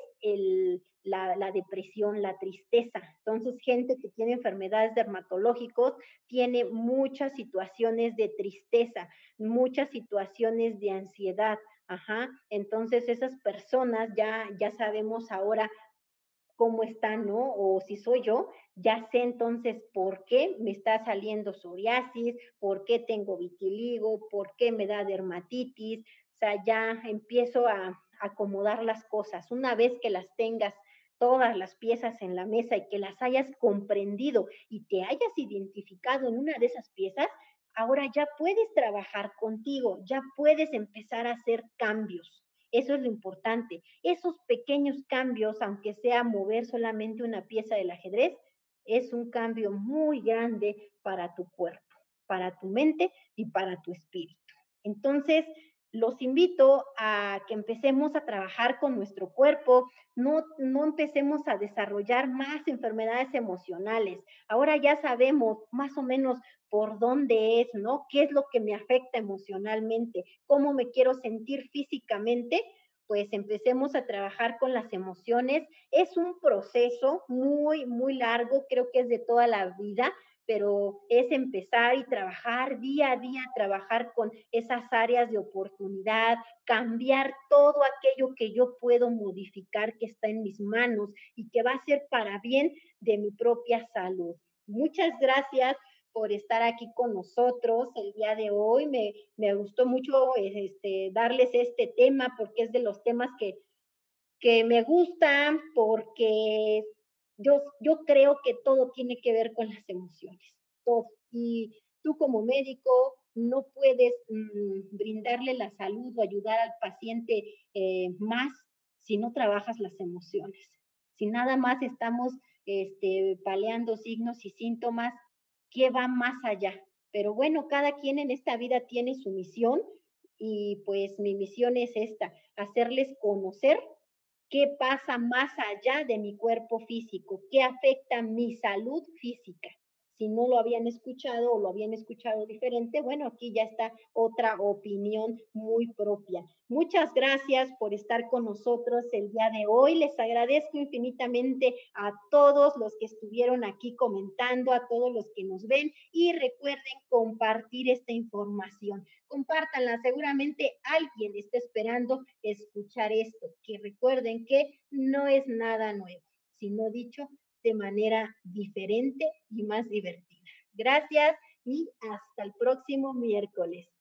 la depresión, la tristeza. Entonces, gente que tiene enfermedades dermatológicas tiene muchas situaciones de tristeza, muchas situaciones de ansiedad. Ajá, entonces esas personas ya sabemos ahora cómo está, ¿no? O si soy yo, ya sé entonces por qué me está saliendo psoriasis, por qué tengo vitiligo, por qué me da dermatitis, o sea, ya empiezo a acomodar las cosas. Una vez que las tengas todas las piezas en la mesa y que las hayas comprendido y te hayas identificado en una de esas piezas, ahora ya puedes trabajar contigo, ya puedes empezar a hacer cambios. Eso es lo importante. Esos pequeños cambios, aunque sea mover solamente una pieza del ajedrez, es un cambio muy grande para tu cuerpo, para tu mente y para tu espíritu. Entonces, los invito a que empecemos a trabajar con nuestro cuerpo, no empecemos a desarrollar más enfermedades emocionales. Ahora ya sabemos más o menos por dónde es, ¿no? ¿Qué es lo que me afecta emocionalmente? ¿Cómo me quiero sentir físicamente? Pues empecemos a trabajar con las emociones. Es un proceso muy, muy largo, creo que es de toda la vida, pero es empezar y trabajar día a día, trabajar con esas áreas de oportunidad, cambiar todo aquello que yo puedo modificar, que está en mis manos y que va a ser para bien de mi propia salud. Muchas gracias por estar aquí con nosotros el día de hoy. Me gustó mucho darles este tema porque es de los temas que me gustan, porque yo creo que todo tiene que ver con las emociones, todo. Y tú como médico no puedes brindarle la salud o ayudar al paciente más si no trabajas las emociones. Si nada más estamos paliando signos y síntomas, ¿qué va más allá? Pero bueno, cada quien en esta vida tiene su misión y pues mi misión es esta, hacerles conocer qué pasa más allá de mi cuerpo físico, qué afecta mi salud física. Si no lo habían escuchado o lo habían escuchado diferente, bueno, aquí ya está otra opinión muy propia. Muchas gracias por estar con nosotros el día de hoy. Les agradezco infinitamente a todos los que estuvieron aquí comentando, a todos los que nos ven y recuerden compartir esta información. Compártanla, seguramente alguien está esperando escuchar esto, que recuerden que no es nada nuevo, sino dicho de manera diferente y más divertida. Gracias y hasta el próximo miércoles.